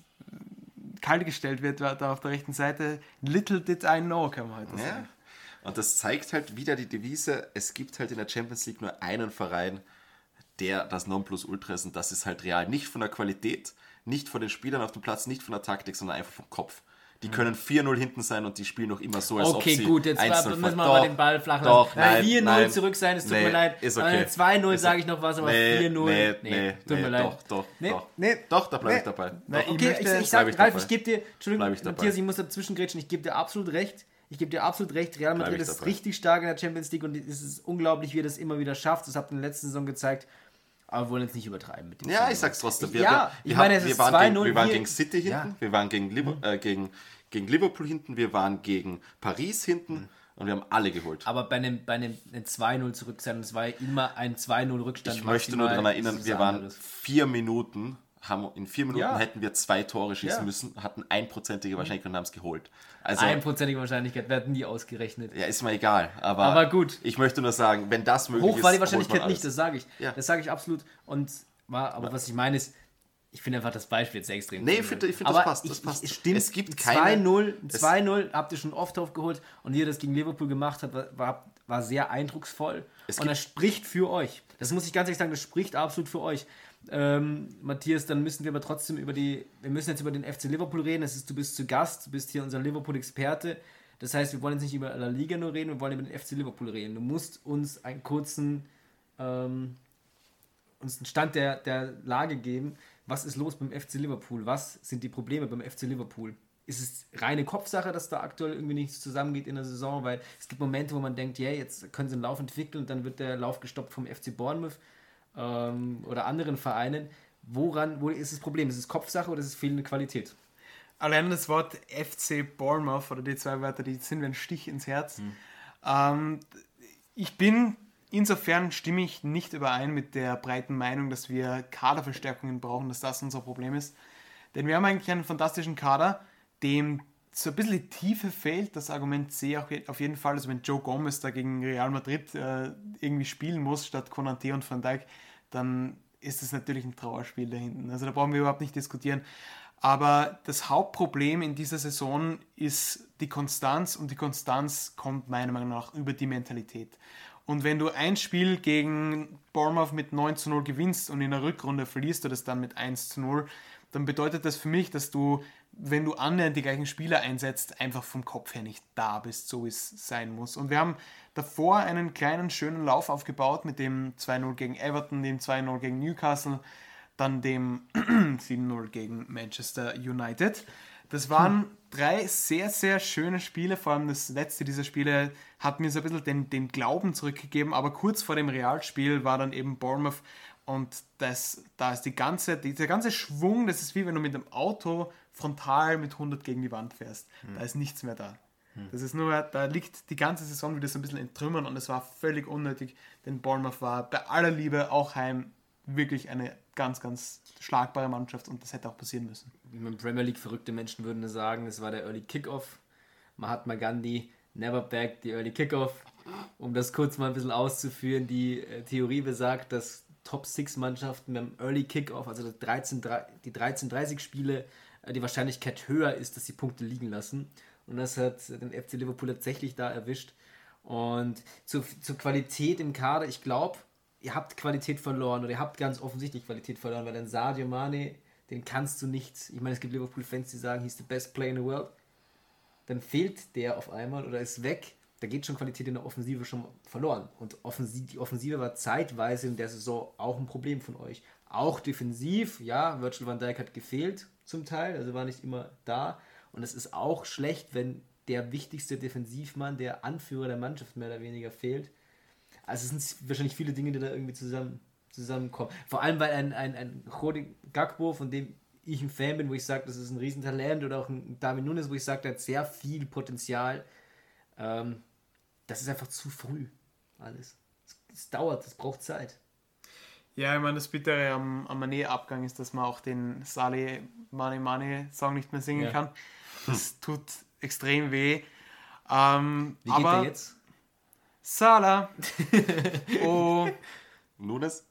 kalt gestellt wird, da auf der rechten Seite, little did I know, kann man heute Ja. sagen. Und das zeigt halt wieder die Devise, es gibt halt in der Champions League nur einen Verein, der das Nonplusultra ist, und das ist halt Real. Nicht von der Qualität, nicht von den Spielern auf dem Platz, nicht von der Taktik, sondern einfach vom Kopf. Die können vier null hinten sein und die spielen noch immer so, als ob Okay, sie gut, jetzt eins null war- müssen wir vor- aber Doch, den Ball flach lassen. Doch, Nein, nein, vier null nein. zurück sein, es tut Nee, mir leid. Ist okay. Äh, zwei null Ist sage okay. ich noch was, aber nee, vier null, Nee, nee, nee, tut nee, mir leid. Doch, doch, Nee, doch. nee, doch, da bleibe nee. ich dabei. Na, Doch. ich Okay, möchte- ich, ich bleib sag, ich Ralf, dabei. ich gebe dir, Entschuldigung, Bleib ich dabei. Matthias, ich muss dazwischen grätschen, ich gebe dir absolut recht. Ich gebe dir absolut recht, Real Bleib Madrid ich ist dabei. richtig stark in der Champions League und es ist unglaublich, wie er das immer wieder schafft. Das habt ihr in der letzten Saison gezeigt. Aber wir wollen jetzt nicht übertreiben mit dem Ja, Spiel. ich sag's trotzdem. Ich- Wir, ja, wir, ich wir meine, haben- es wir ist waren zwei gegen, null. wir waren wir- gegen City hinten, Ja. wir waren gegen, Liver, äh, gegen, gegen Liverpool hinten, wir waren gegen Paris hinten und wir haben alle geholt. Aber bei einem, bei einem zwei null zurück sein, es war ja immer ein zwei null Rückstand. Ich möchte nur maximal, daran erinnern, das ist wir was waren anderes. vier Minuten, haben in vier Minuten Ja. hätten wir zwei Tore schießen Ja. müssen, hatten einprozentige Wahrscheinlichkeit und haben es geholt. Also, Einprozentige Wahrscheinlichkeit werden nie ausgerechnet. ja, ist mir egal. Aber, Aber gut. Ich möchte nur sagen, wenn das möglich Hoch ist, war die holt man Wahrscheinlichkeit alles. nicht, das sage ich. Ja. Das sage ich absolut. Und war, aber was ich meine ist, ich finde einfach das Beispiel jetzt sehr extrem. Nee, ich finde- ich finde, das aber passt, Ich, das passt. Ich, es stimmt, Es gibt zwei keine- null, es- zwei null habt ihr schon oft aufgeholt und wie ihr das gegen Liverpool gemacht habt, war, war, war sehr eindrucksvoll. Es und gibt- das spricht für euch. Das muss ich ganz ehrlich sagen, das spricht absolut für euch. Ähm, Matthias, dann müssen wir aber trotzdem über die, wir müssen jetzt über den F C Liverpool reden. Das ist, du bist zu Gast, du bist hier unser Liverpool-Experte. Das heißt, wir wollen jetzt nicht über La Liga nur reden, wir wollen über den F C Liverpool reden. Du musst uns einen kurzen, ähm, uns einen Stand der, der Lage geben. Was ist los beim F C Liverpool? Was sind die Probleme beim F C Liverpool? Ist es reine Kopfsache, dass da aktuell irgendwie nichts zusammengeht in der Saison? Weil es gibt Momente, wo man denkt, ja, jetzt können sie einen Lauf entwickeln und dann wird der Lauf gestoppt vom F C Bournemouth ähm, oder anderen Vereinen. Woran, wo ist das Problem? Ist es Kopfsache oder ist es fehlende Qualität? Allein das Wort F C Bournemouth oder die zwei Wörter, die sind wie ein Stich ins Herz. Ähm, ich bin, insofern stimme ich nicht überein mit der breiten Meinung, dass wir Kaderverstärkungen brauchen, dass das unser Problem ist. Denn wir haben eigentlich einen fantastischen Kader, dem so ein bisschen die Tiefe fehlt. Das Argument sehe ich auch auf jeden Fall, also wenn Joe Gomez da gegen Real Madrid äh, irgendwie spielen muss, statt Konaté und Van Dijk, dann ist es natürlich ein Trauerspiel da hinten. Also da brauchen wir überhaupt nicht diskutieren. Aber das Hauptproblem in dieser Saison ist die Konstanz und die Konstanz kommt meiner Meinung nach über die Mentalität. Und wenn du ein Spiel gegen Bournemouth mit neun zu null gewinnst und in der Rückrunde verlierst du das dann mit eins zu null, dann bedeutet das für mich, dass du, wenn du annähernd die gleichen Spieler einsetzt, einfach vom Kopf her nicht da bist, so wie es sein muss. Und wir haben davor einen kleinen, schönen Lauf aufgebaut mit dem zwei null gegen Everton, dem zwei null gegen Newcastle, dann dem sieben null gegen Manchester United. Das waren drei sehr, sehr schöne Spiele. Vor allem das letzte dieser Spiele hat mir so ein bisschen den, den Glauben zurückgegeben. Aber kurz vor dem Realspiel war dann eben Bournemouth. Und das, da ist die ganze, dieser ganze Schwung, das ist wie wenn du mit einem Auto frontal mit hundert gegen die Wand fährst. Hm. Da ist nichts mehr da. Hm. Das ist nur, da liegt die ganze Saison wieder so ein bisschen in Trümmern und es war völlig unnötig, denn Bournemouth war bei aller Liebe auch heim wirklich eine ganz, ganz schlagbare Mannschaft und das hätte auch passieren müssen. Wie Premier League verrückte Menschen würden sagen, es war der Early Kickoff. Mahatma Gandhi, never back the Early Kickoff. Um das kurz mal ein bisschen auszuführen, die äh, Theorie besagt, dass Top sechs Mannschaften beim Early Kickoff, also das dreizehn, die dreizehn dreißig Spiele, äh, die Wahrscheinlichkeit höher ist, dass sie Punkte liegen lassen. Und das hat den F C Liverpool tatsächlich da erwischt. Und zu, zur Qualität im Kader, ich glaube, ihr habt Qualität verloren oder ihr habt ganz offensichtlich Qualität verloren, weil dann Sadio Mane, den kannst du nicht, ich meine, es gibt Liverpool-Fans, die sagen, he's the best player in the world, dann fehlt der auf einmal oder ist weg, da geht schon Qualität in der Offensive schon verloren und Offensiv, die Offensive war zeitweise in der Saison auch ein Problem von euch. Auch defensiv, ja, Virgil van Dijk hat gefehlt zum Teil, also war nicht immer da und es ist auch schlecht, wenn der wichtigste Defensivmann, der Anführer der Mannschaft mehr oder weniger fehlt. Also es sind wahrscheinlich viele Dinge, die da irgendwie zusammen, zusammenkommen. Vor allem, weil ein, ein, ein Cody Gakpo, von dem ich ein Fan bin, wo ich sage, das ist ein Riesentalent, oder auch ein Darwin Núñez, wo ich sage, der hat sehr viel Potenzial. Ähm, das ist einfach zu früh alles. Es, es dauert, es braucht Zeit. Ja, ich meine, das Bittere am, am Mané-Abgang ist, dass man auch den Saleh Mane Mane Song nicht mehr singen ja. kann. Das tut extrem weh. Ähm, Wie geht aber der jetzt? Salah. Oh. Núñez.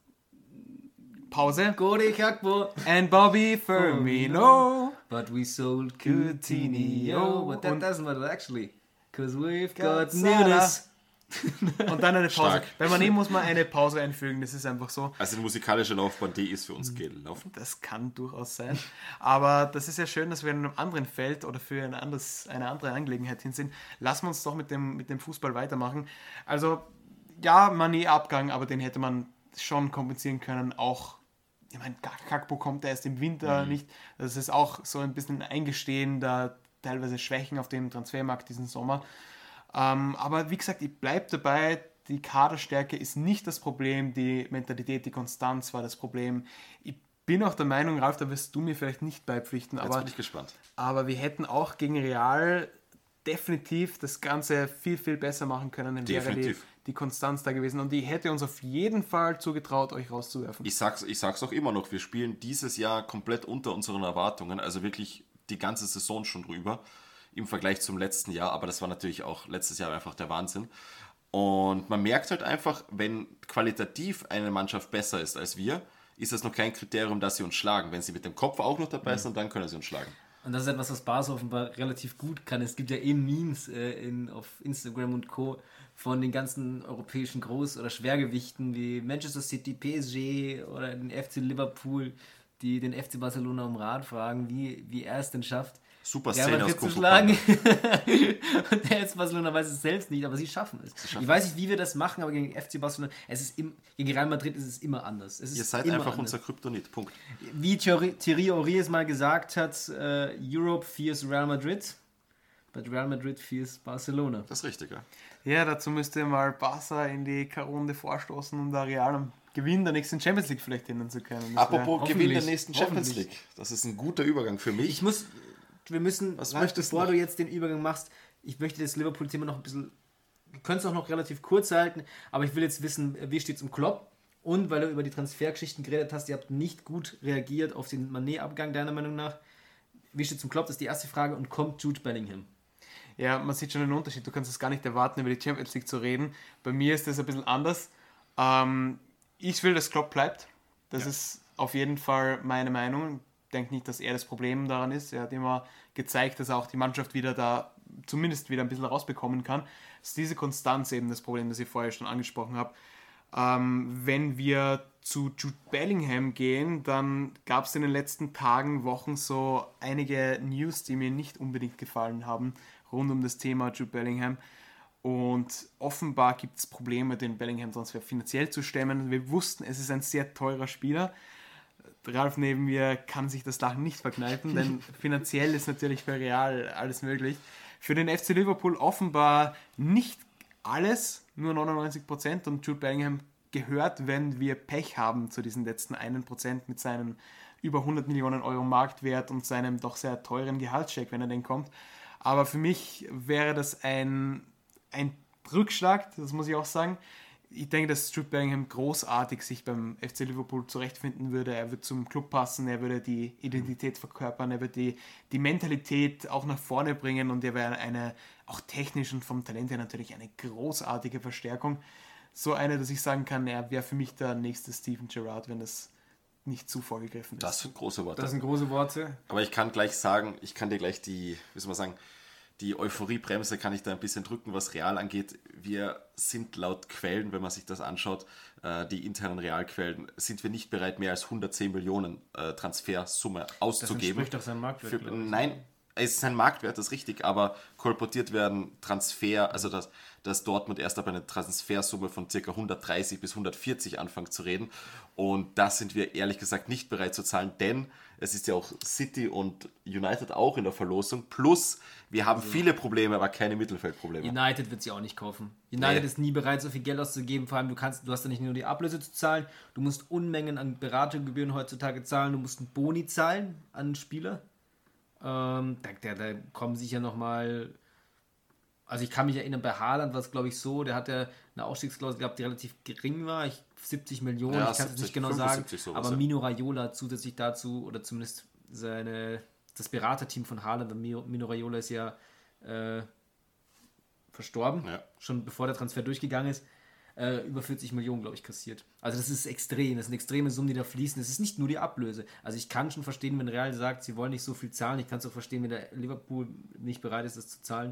Pause. Cody Gakpo. And Bobby Firmino. But we sold Coutinho. But that doesn't matter actually. Because we've got, got Núñez. Und dann eine Pause. Stark. Bei Mané muss man eine Pause einfügen, das ist einfach so. Also eine musikalische Laufbahn, die ist für uns gelaufen. Das kann durchaus sein. Aber das ist ja schön, dass wir in einem anderen Feld oder für ein anderes, eine andere Angelegenheit hin sind. Lassen wir uns doch mit dem, mit dem Fußball weitermachen. Also, ja, Mané-Abgang, aber den hätte man schon kompensieren können. Auch, ich meine, Gakpo kommt erst im Winter mhm. nicht. Das ist auch so ein bisschen ein Eingestehen der teilweise Schwächen auf dem Transfermarkt diesen Sommer. Ähm, aber wie gesagt, ich bleibe dabei, die Kaderstärke ist nicht das Problem, die Mentalität, die Konstanz war das Problem. Ich bin auch der Meinung, Ralf, da wirst du mir vielleicht nicht beipflichten, Jetzt aber, bin ich gespannt. aber wir hätten auch gegen Real definitiv das Ganze viel, viel besser machen können, dann wäre die, die Konstanz da gewesen und ich hätte uns auf jeden Fall zugetraut, euch rauszuwerfen. Ich sag's, ich sag's auch immer noch, wir spielen dieses Jahr komplett unter unseren Erwartungen, also wirklich die ganze Saison schon drüber. Im Vergleich zum letzten Jahr, aber das war natürlich auch letztes Jahr einfach der Wahnsinn. Und man merkt halt einfach, wenn qualitativ eine Mannschaft besser ist als wir, ist das noch kein Kriterium, dass sie uns schlagen. Wenn sie mit dem Kopf auch noch dabei sind, dann können sie uns schlagen. Und das ist etwas, was Barca offenbar relativ gut kann. Es gibt ja eben Memes äh, in, auf Instagram und Co. von den ganzen europäischen Groß- oder Schwergewichten wie Manchester City, P S G oder den F C Liverpool, die den F C Barcelona um Rat fragen, wie, wie er es denn schafft, Super Szene aus zu schlagen. Und der F C Barcelona weiß es selbst nicht, aber sie schaffen es. Sie schaffen ich weiß nicht, wie wir das machen, aber gegen F C Barcelona, es ist im, gegen Real Madrid ist es immer anders. Es ist Ihr seid immer einfach anders. unser Kryptonit, Punkt. Wie Thierry, Thierry Henry es mal gesagt hat, äh, Europe fears Real Madrid, but Real Madrid fears Barcelona. Das ist richtig, ja. Ja, dazu müsste mal Barca in die K-Runde vorstoßen, um da Real am Gewinn der nächsten Champions League vielleicht hindern zu können. Das Apropos Gewinn der nächsten Champions League. Das ist ein guter Übergang für mich. Ich muss... Wir müssen, Was Ralf, bevor du jetzt den Übergang machst, ich möchte das Liverpool-Thema noch ein bisschen, wir können es auch noch relativ kurz halten, aber ich will jetzt wissen, wie steht es um Klopp? Und weil du über die Transfergeschichten geredet hast, ihr habt nicht gut reagiert auf den Mané-Abgang, deiner Meinung nach. Wie steht es um Klopp? Das ist die erste Frage. Und kommt Jude Bellingham? Ja, man sieht schon einen Unterschied. Du kannst es gar nicht erwarten, über die Champions League zu reden. Bei mir ist das ein bisschen anders. Ähm, ich will, dass Klopp bleibt. Das Ja. ist auf jeden Fall meine Meinung. Ich denke nicht, dass er das Problem daran ist. Er hat immer gezeigt, dass er auch die Mannschaft wieder da zumindest wieder ein bisschen rausbekommen kann. Das ist diese Konstanz eben das Problem, das ich vorher schon angesprochen habe. Ähm, wenn wir zu Jude Bellingham gehen, dann gab es in den letzten Tagen, Wochen so einige News, die mir nicht unbedingt gefallen haben, rund um das Thema Jude Bellingham. Und offenbar gibt es Probleme, den Bellingham-Transfer finanziell zu stemmen. Wir wussten, es ist ein sehr teurer Spieler. Ralf neben mir kann sich das Lachen nicht verkneifen, denn finanziell ist natürlich für Real alles möglich. Für den F C Liverpool offenbar nicht alles, nur neunundneunzig Prozent, und Jude Bellingham gehört, wenn wir Pech haben, zu diesen letzten einen Prozent mit seinem über hundert Millionen Euro Marktwert und seinem doch sehr teuren Gehaltscheck, wenn er denn kommt. Aber für mich wäre das ein, ein Rückschlag, das muss ich auch sagen. Ich denke, dass Jude Bellingham großartig sich beim F C Liverpool zurechtfinden würde. Er wird zum Club passen, er würde die Identität verkörpern, er wird die, die Mentalität auch nach vorne bringen und er wäre eine, auch technisch und vom Talent her natürlich eine großartige Verstärkung. So eine, dass ich sagen kann, er wäre für mich der nächste Steven Gerrard, wenn das nicht zu vorgegriffen ist. Das sind große Worte. Das sind große Worte. Aber ich kann gleich sagen, ich kann dir gleich die, wie soll man sagen, die Euphoriebremse kann ich da ein bisschen drücken, was Real angeht. Wir sind laut Quellen, wenn man sich das anschaut, äh, die internen Realquellen, sind wir nicht bereit, mehr als hundertzehn Millionen äh, Transfersumme auszugeben. Das entspricht doch seinem Marktwert, Für, glaube ich. nein, es ist ein Marktwert, das ist richtig, aber kolportiert werden Transfer, also dass, dass Dortmund erst ab einer Transfersumme von ca. hundertdreißig bis hundertvierzig anfängt zu reden. Und das sind wir ehrlich gesagt nicht bereit zu zahlen, denn es ist ja auch City und United auch in der Verlosung. Plus, wir haben viele Probleme, aber keine Mittelfeldprobleme. United wird sie auch nicht kaufen. United Nee. ist nie bereit, so viel Geld auszugeben. Vor allem, du kannst, du hast ja nicht nur die Ablöse zu zahlen, du musst Unmengen an Beratungsgebühren heutzutage zahlen, du musst einen Boni zahlen an einen Spieler. Ähm, da, da, da kommen sicher nochmal. Also ich kann mich erinnern, bei Haaland war es, glaube ich, so, der hat ja eine Ausstiegsklausel gehabt, die relativ gering war, ich, siebzig Millionen, Ja, ich kann es siebzig, nicht genau sagen, fünfundsiebzig sowas, aber ja. Mino Raiola hat zusätzlich dazu, oder zumindest seine, das Beraterteam von Haaland, Mino, Mino Raiola ist ja äh, verstorben, Ja. schon bevor der Transfer durchgegangen ist, äh, über vierzig Millionen, glaube ich, kassiert. Also das ist extrem, das sind extreme Summen, die da fließen. Es ist nicht nur die Ablöse. Also ich kann schon verstehen, wenn Real sagt, sie wollen nicht so viel zahlen. Ich kann es auch verstehen, wenn der Liverpool nicht bereit ist, das zu zahlen.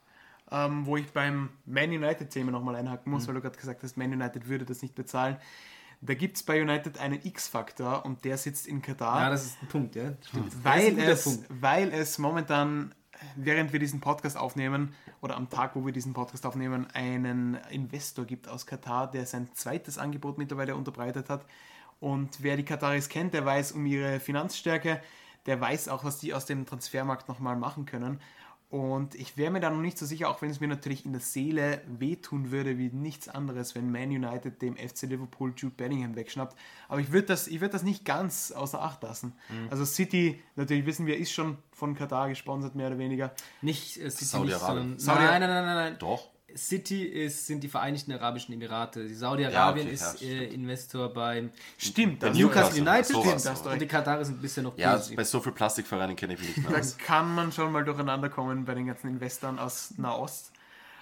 Ähm, wo ich beim Man United-Thema nochmal einhaken muss, mhm. weil du gerade gesagt hast, Man United würde das nicht bezahlen. Da gibt es bei United einen X-Faktor und der sitzt in Katar. Ja, das ist ein Punkt, ja. Stimmt. Das ist Weil ein guter es, Punkt. weil es momentan, während wir diesen Podcast aufnehmen, oder am Tag, wo wir diesen Podcast aufnehmen, einen Investor gibt aus Katar, der sein zweites Angebot mittlerweile unterbreitet hat. Und wer die Kataris kennt, der weiß um ihre Finanzstärke, der weiß auch, was die aus dem Transfermarkt nochmal machen können. Und ich wäre mir da noch nicht so sicher, auch wenn es mir natürlich in der Seele wehtun würde wie nichts anderes, wenn Man United dem F C Liverpool Jude Bellingham wegschnappt. Aber ich würde das, ich würd das nicht ganz außer Acht lassen. Mhm. Also City, natürlich wissen wir, ist schon von Katar gesponsert, mehr oder weniger. Nicht äh, City, Saudi-Arabien. nicht, sondern... Nein, nein, nein, nein, nein. Doch. City ist, sind die Vereinigten Arabischen Emirate. Die Saudi-Arabien Ja, okay, ist ja, äh, Investor beim Stimmt, bei das Newcastle Newcastle, United sowas, stimmt, sowas. und die Kataris sind bisher noch Ja, positiv. bei so vielen Plastikvereinen kenne ich mich nicht mehr Da aus. kann man schon mal durcheinander kommen bei den ganzen Investoren aus Nahost.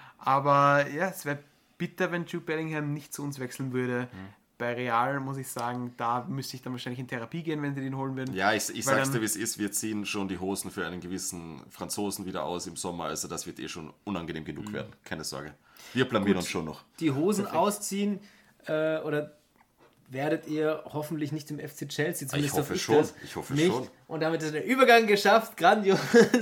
Aber ja, es wäre bitter, wenn Jude Bellingham nicht zu uns wechseln würde. Mhm. Bei Real muss ich sagen, da müsste ich dann wahrscheinlich in Therapie gehen, wenn sie den holen würden. Ja, ich, ich Weil sag's dann- dir, wie es ist. Wir ziehen schon die Hosen für einen gewissen Franzosen wieder aus im Sommer. Also das wird eh schon unangenehm genug Mhm. werden. Keine Sorge. Wir blamieren uns schon noch. Die Hosen ausziehen äh, oder werdet ihr hoffentlich nicht im F C Chelsea. Zumindest hoffe hoffe schon, das ich hoffe nicht. schon. Und damit ist der Übergang geschafft, grandios,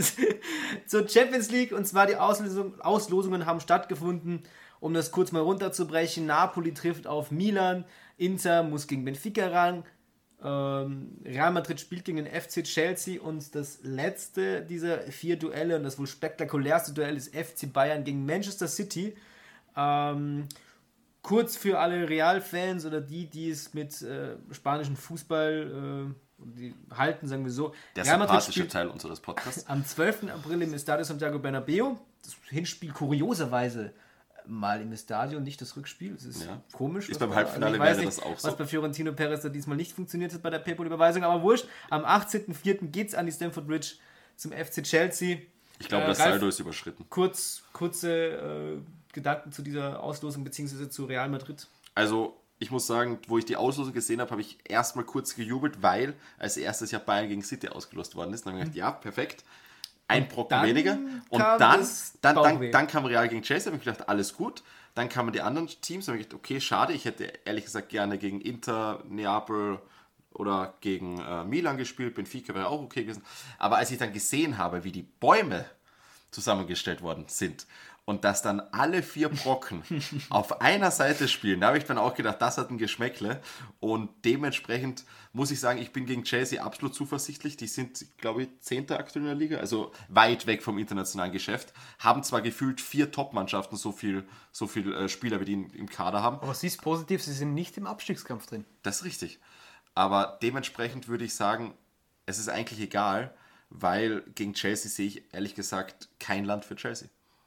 zur Champions League. Und zwar die Auslosung, Auslosungen haben stattgefunden, um das kurz mal runterzubrechen. Napoli trifft auf Milan, Inter muss gegen Benfica ran, ähm, Real Madrid spielt gegen den F C Chelsea und das letzte dieser vier Duelle und das wohl spektakulärste Duell ist F C Bayern gegen Manchester City. Ähm, kurz für alle Real-Fans oder die, die es mit äh, spanischem Fußball äh, die halten, sagen wir so. Der Real Madrid sympathische spielt Teil unseres Podcasts. am zwölften April im Estadio Santiago Bernabéu. Das Hinspiel kurioserweise mal im Estadio, nicht das Rückspiel. Das ist Ja. komisch. Ist was beim bei- Halbfinale ich weiß wäre nicht, das auch so. Was bei Fiorentino Perez da diesmal nicht funktioniert hat bei der PayPal-Überweisung, aber wurscht. Am achtzehnten vierten geht es an die Stamford Bridge zum F C Chelsea. Ich glaube, Äh, das Ralf, Saldo ist überschritten. Kurz, kurze äh, Gedanken zu dieser Auslosung bzw. zu Real Madrid. Also, ich muss sagen, wo ich die Auslosung gesehen habe, habe ich erstmal kurz gejubelt, weil als erstes ja Bayern gegen City ausgelost worden ist. Dann habe ich gedacht, ja, perfekt. Ein Brocken dann weniger. Und kam dann, das dann, dann, Bauchweh. dann kam Real gegen Chelsea, habe ich gedacht, alles gut. Dann kamen die anderen Teams, habe ich gedacht, okay, schade. Ich hätte ehrlich gesagt gerne gegen Inter, Neapel oder gegen äh, Milan gespielt. Benfica wäre auch okay gewesen. Aber als ich dann gesehen habe, wie die Bäume zusammengestellt worden sind und dass dann alle vier Brocken auf einer Seite spielen, da habe ich dann auch gedacht, das hat ein Geschmäckle. Und dementsprechend muss ich sagen, ich bin gegen Chelsea absolut zuversichtlich. Die sind, glaube ich, Zehnter aktuell in der Liga, also weit weg vom internationalen Geschäft. Haben zwar gefühlt vier Top-Mannschaften, so viel, so viel äh, Spieler, wie die in, im Kader haben. Aber sie ist positiv, sie sind nicht im Abstiegskampf drin. Das ist richtig. Aber dementsprechend würde ich sagen, es ist eigentlich egal, weil gegen Chelsea sehe ich ehrlich gesagt kein Land für Chelsea.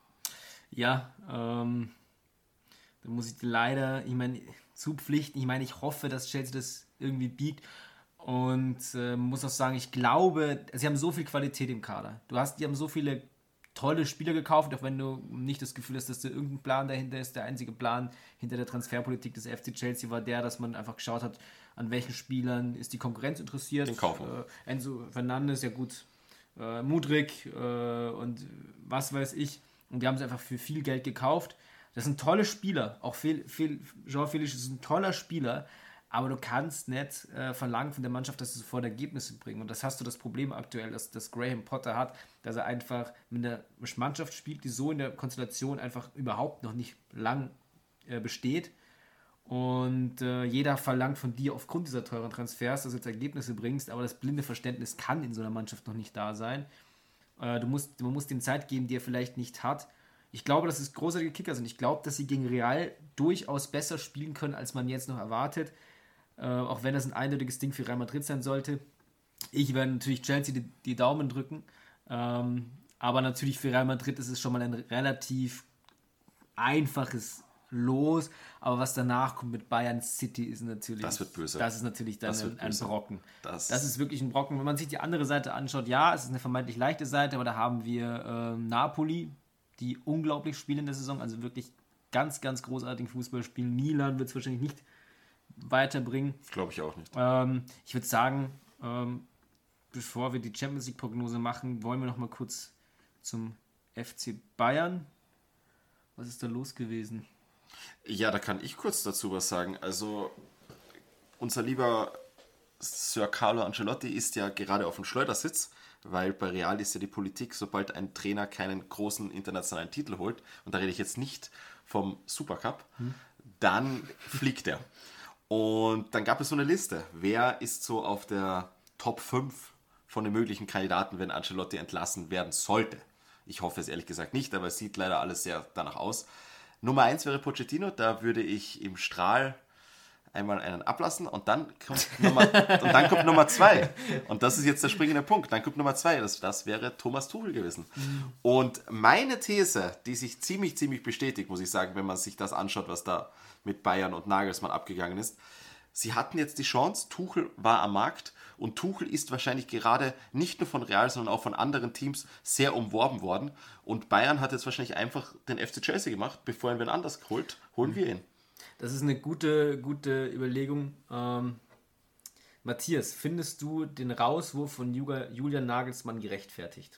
Ja, ähm, da muss ich leider, ich meine, zupflichten. Ich meine, ich hoffe, dass Chelsea das irgendwie biegt und äh, muss auch sagen, ich glaube, sie haben so viel Qualität im Kader. Du hast, die haben so viele tolle Spieler gekauft, auch wenn du nicht das Gefühl hast, dass da irgendein Plan dahinter ist. Der einzige Plan hinter der Transferpolitik des F C Chelsea war der, dass man einfach geschaut hat, an welchen Spielern ist die Konkurrenz interessiert. Den kaufen. Äh, Enzo Fernandes, ja gut, äh, Mudryk äh, und was weiß ich. Und die haben es einfach für viel Geld gekauft. Das sind tolle Spieler. Auch Fel, Fel, João Felix ist ein toller Spieler. Aber du kannst nicht äh, verlangen von der Mannschaft, dass sie sofort Ergebnisse bringen. Und das hast du das Problem aktuell, dass, dass Graham Potter hat, dass er einfach mit einer Mannschaft spielt, die so in der Konstellation einfach überhaupt noch nicht lang äh, besteht. Und äh, jeder verlangt von dir aufgrund dieser teuren Transfers, dass du jetzt Ergebnisse bringst. Aber das blinde Verständnis kann in so einer Mannschaft noch nicht da sein. Du musst, man muss dem Zeit geben, die er vielleicht nicht hat. Ich glaube, dass es großartige Kicker sind. Ich glaube, dass sie gegen Real durchaus besser spielen können, als man jetzt noch erwartet. Äh, auch wenn das ein eindeutiges Ding für Real Madrid sein sollte. Ich werde natürlich Chelsea die, die Daumen drücken. Ähm, aber natürlich für Real Madrid ist es schon mal ein relativ einfaches Los. Aber was danach kommt mit Bayern City ist natürlich... Das wird böse. Das ist natürlich dann Das ein, ein Brocken. Das, das ist wirklich ein Brocken. Wenn man sich die andere Seite anschaut, ja, es ist eine vermeintlich leichte Seite, aber da haben wir äh, Napoli, die unglaublich spielen in der Saison, also wirklich ganz, ganz großartigen Fußball spielen. Milan wird es wahrscheinlich nicht weiterbringen. Glaube ich auch nicht. Ähm, ich würde sagen, ähm, bevor wir die Champions League-Prognose machen, wollen wir noch mal kurz zum F C Bayern. Was ist da los gewesen? Ja, da kann ich kurz dazu was sagen. Also, unser lieber Sir Carlo Ancelotti ist ja gerade auf dem Schleudersitz, weil bei Real ist ja die Politik, sobald ein Trainer keinen großen internationalen Titel holt, und da rede ich jetzt nicht vom Supercup, hm. dann fliegt er. Und dann gab es so eine Liste. Wer ist so auf der Top fünf von den möglichen Kandidaten, wenn Ancelotti entlassen werden sollte? Ich hoffe es ehrlich gesagt nicht, aber es sieht leider alles sehr danach aus. Nummer eins wäre Pochettino, da würde ich im Strahl einmal einen ablassen und dann kommt Nummer, und dann kommt Nummer zwei. Und das ist jetzt der springende Punkt. Dann kommt Nummer zwei, das, das wäre Thomas Tuchel gewesen. Und meine These, die sich ziemlich, ziemlich bestätigt, muss ich sagen, wenn man sich das anschaut, was da mit Bayern und Nagelsmann abgegangen ist. Sie hatten jetzt die Chance, Tuchel war am Markt und Tuchel ist wahrscheinlich gerade nicht nur von Real, sondern auch von anderen Teams sehr umworben worden. Und Bayern hat jetzt wahrscheinlich einfach den F C Chelsea gemacht, bevor er wen anders holt, holen wir ihn. Das ist eine gute, gute Überlegung. Ähm, Matthias, findest du den Rauswurf von Julian Nagelsmann gerechtfertigt?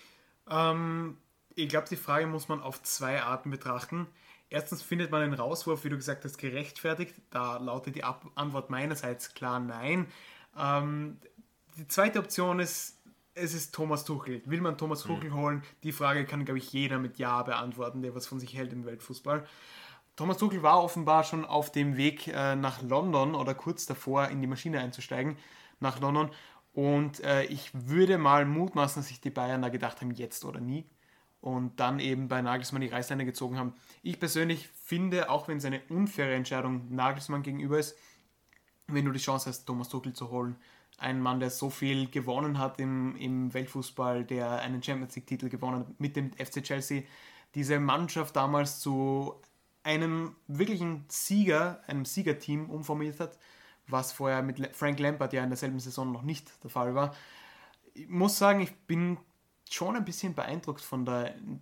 Ähm, ich glaube, die Frage muss man auf zwei Arten betrachten. Erstens findet man den Rauswurf, wie du gesagt hast, gerechtfertigt. Da lautet die Ab- Antwort meinerseits klar nein. Ähm, die zweite Option ist, es ist Thomas Tuchel. Will man Thomas Tuchel mhm. holen? Die Frage kann, glaube ich, jeder mit Ja beantworten, der was von sich hält im Weltfußball. Thomas Tuchel war offenbar schon auf dem Weg äh, nach London oder kurz davor in die Maschine einzusteigen, nach London. Und äh, ich würde mal mutmaßen, dass sich die Bayern da gedacht haben, jetzt oder nie. Und dann eben bei Nagelsmann die Reißleine gezogen haben. Ich persönlich finde, auch wenn es eine unfaire Entscheidung Nagelsmann gegenüber ist, wenn du die Chance hast, Thomas Tuchel zu holen, ein Mann, der so viel gewonnen hat im, im Weltfußball, der einen Champions League-Titel gewonnen hat mit dem F C Chelsea, diese Mannschaft damals zu einem wirklichen Sieger, einem Siegerteam umformiert hat, was vorher mit Frank Lampard ja in derselben Saison noch nicht der Fall war. Ich muss sagen, ich bin schon ein bisschen beeindruckt von der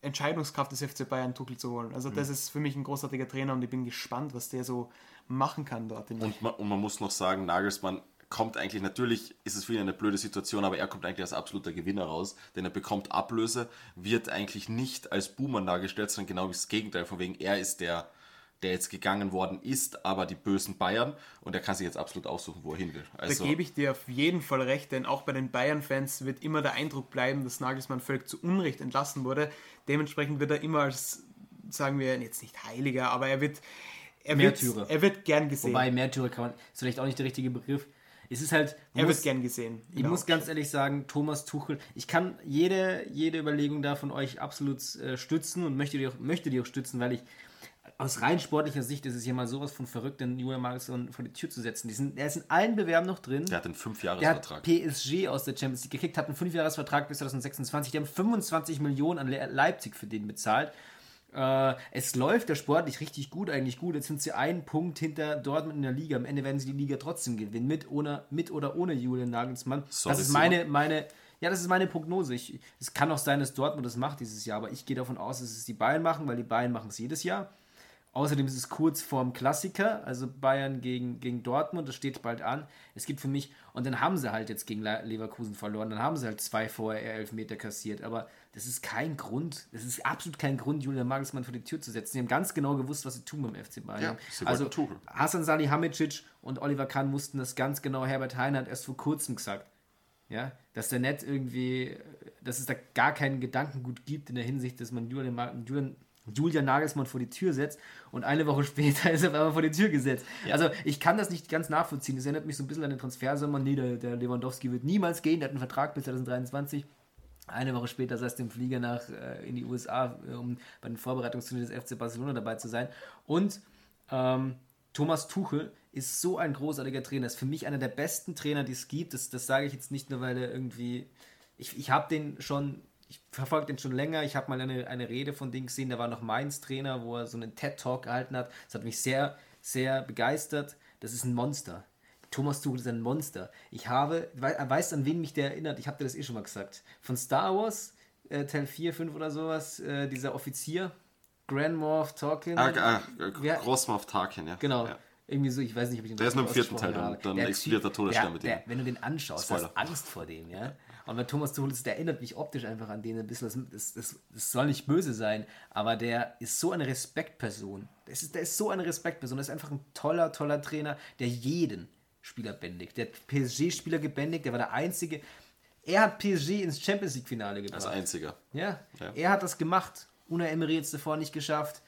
Entscheidungskraft des F C Bayern Tuchel zu holen. Also das ist für mich ein großartiger Trainer und ich bin gespannt, was der so machen kann dort. In Und man, und man muss noch sagen, Nagelsmann kommt eigentlich, natürlich ist es für ihn eine blöde Situation, aber er kommt eigentlich als absoluter Gewinner raus, denn er bekommt Ablöse, wird eigentlich nicht als Boomer dargestellt, sondern genau das Gegenteil, von wegen er ist der, der jetzt gegangen worden ist, aber die bösen Bayern, und er kann sich jetzt absolut aussuchen, wo er hin will. Also, da gebe ich dir auf jeden Fall recht, denn auch bei den Bayern-Fans wird immer der Eindruck bleiben, dass Nagelsmann völlig zu Unrecht entlassen wurde. Dementsprechend wird er immer als, sagen wir jetzt nicht Heiliger, aber er wird, er wird, Märtyrer. er wird gern gesehen. Wobei Märtyrer kann man, ist vielleicht auch nicht der richtige Begriff. Es ist halt, er muss, wird gern gesehen. Ich muss ganz ehrlich sagen, Thomas Tuchel, ich kann jede, jede Überlegung da von euch absolut äh, stützen und möchte die, auch, möchte die auch stützen, weil ich aus rein sportlicher Sicht ist es hier mal sowas von verrückt, den Julian Nagelsmann vor die Tür zu setzen. Die sind, er ist in allen Bewerben noch drin. der hat einen Der Fünfjahresvertrag. hat P S G aus der Champions League gekriegt, hat einen Fünfjahresvertrag bis zwanzig sechsundzwanzig. Die haben fünfundzwanzig Millionen an Le- Leipzig für den bezahlt. Äh, es läuft der sportlich richtig gut, eigentlich gut. Jetzt sind sie einen Punkt hinter Dortmund in der Liga. Am Ende werden sie die Liga trotzdem gewinnen, mit, ohne, mit oder ohne Julian Nagelsmann. So das ist ist meine, meine, ja, das ist meine Prognose. Ich, es kann auch sein, dass Dortmund das macht dieses Jahr, aber ich gehe davon aus, dass es die Bayern machen, weil die Bayern machen es jedes Jahr. Außerdem ist es kurz vorm Klassiker, also Bayern gegen, gegen Dortmund, das steht bald an. Es gibt für mich, und dann haben sie halt jetzt gegen Leverkusen verloren, dann haben sie halt zwei vorher Elfmeter kassiert, aber das ist kein Grund, das ist absolut kein Grund, Julian Nagelsmann vor die Tür zu setzen. Die haben ganz genau gewusst, was sie tun beim F C Bayern. Ja, sie wollten also Tuchel. Hasan Salihamidzic und Oliver Kahn wussten das ganz genau. Herbert Heiner hat erst vor kurzem gesagt, ja, dass der nicht irgendwie, dass es da gar keinen Gedankengut gibt in der Hinsicht, dass man Julian, Julian Julian Nagelsmann vor die Tür setzt und eine Woche später ist er auf einmal vor die Tür gesetzt. Ja. Also ich kann das nicht ganz nachvollziehen. Das erinnert mich so ein bisschen an den Transfersommer. Nee, der, der Lewandowski wird niemals gehen, der hat einen Vertrag bis zwanzig dreiundzwanzig. Eine Woche später saß der im Flieger nach äh, in die U S A, um bei den Vorbereitungsturnieren des F C Barcelona dabei zu sein. Und ähm, Thomas Tuchel ist so ein großartiger Trainer. Ist für mich einer der besten Trainer, die es gibt. Das, das sage ich jetzt nicht nur, weil er irgendwie... Ich, ich habe den schon... Ich verfolge den schon länger. Ich habe mal eine, eine Rede von dem gesehen, der war noch Mainz-Trainer, wo er so einen TED-Talk gehalten hat. Das hat mich sehr, sehr begeistert. Das ist ein Monster. Thomas Tuchel ist ein Monster. Ich habe, er weiß, an wen mich der erinnert. Ich habe dir das eh schon mal gesagt. Von Star Wars, äh, Teil vier, fünf oder sowas, äh, dieser Offizier, Grand Moff Tarkin. Ah, ah, Wer- Großmoff Tarkin, ja. Genau. Ja. Irgendwie so, ich weiß nicht, ob ich den Der ist nur im richtig vierten Teil, ausgesprochen dann- habe. dann Der explodiert der Typ, Todesstern der, mit ihm. der, wenn du den anschaust, Spoiler. hast du Angst vor dem, ja. Und bei Thomas Tuchel, das- der erinnert mich optisch einfach an den ein bisschen. Das, das, das, das soll nicht böse sein, aber der ist so eine Respektperson. Das ist, der ist so eine Respektperson. Das ist einfach ein toller, toller Trainer, der jeden Spieler bändigt. Der hat P S G-Spieler gebändigt, der war der Einzige. Er hat P S G ins Champions League-Finale gebracht. Als einziger. Ja, Ja. er hat das gemacht. Unai Emery hat es davor nicht geschafft.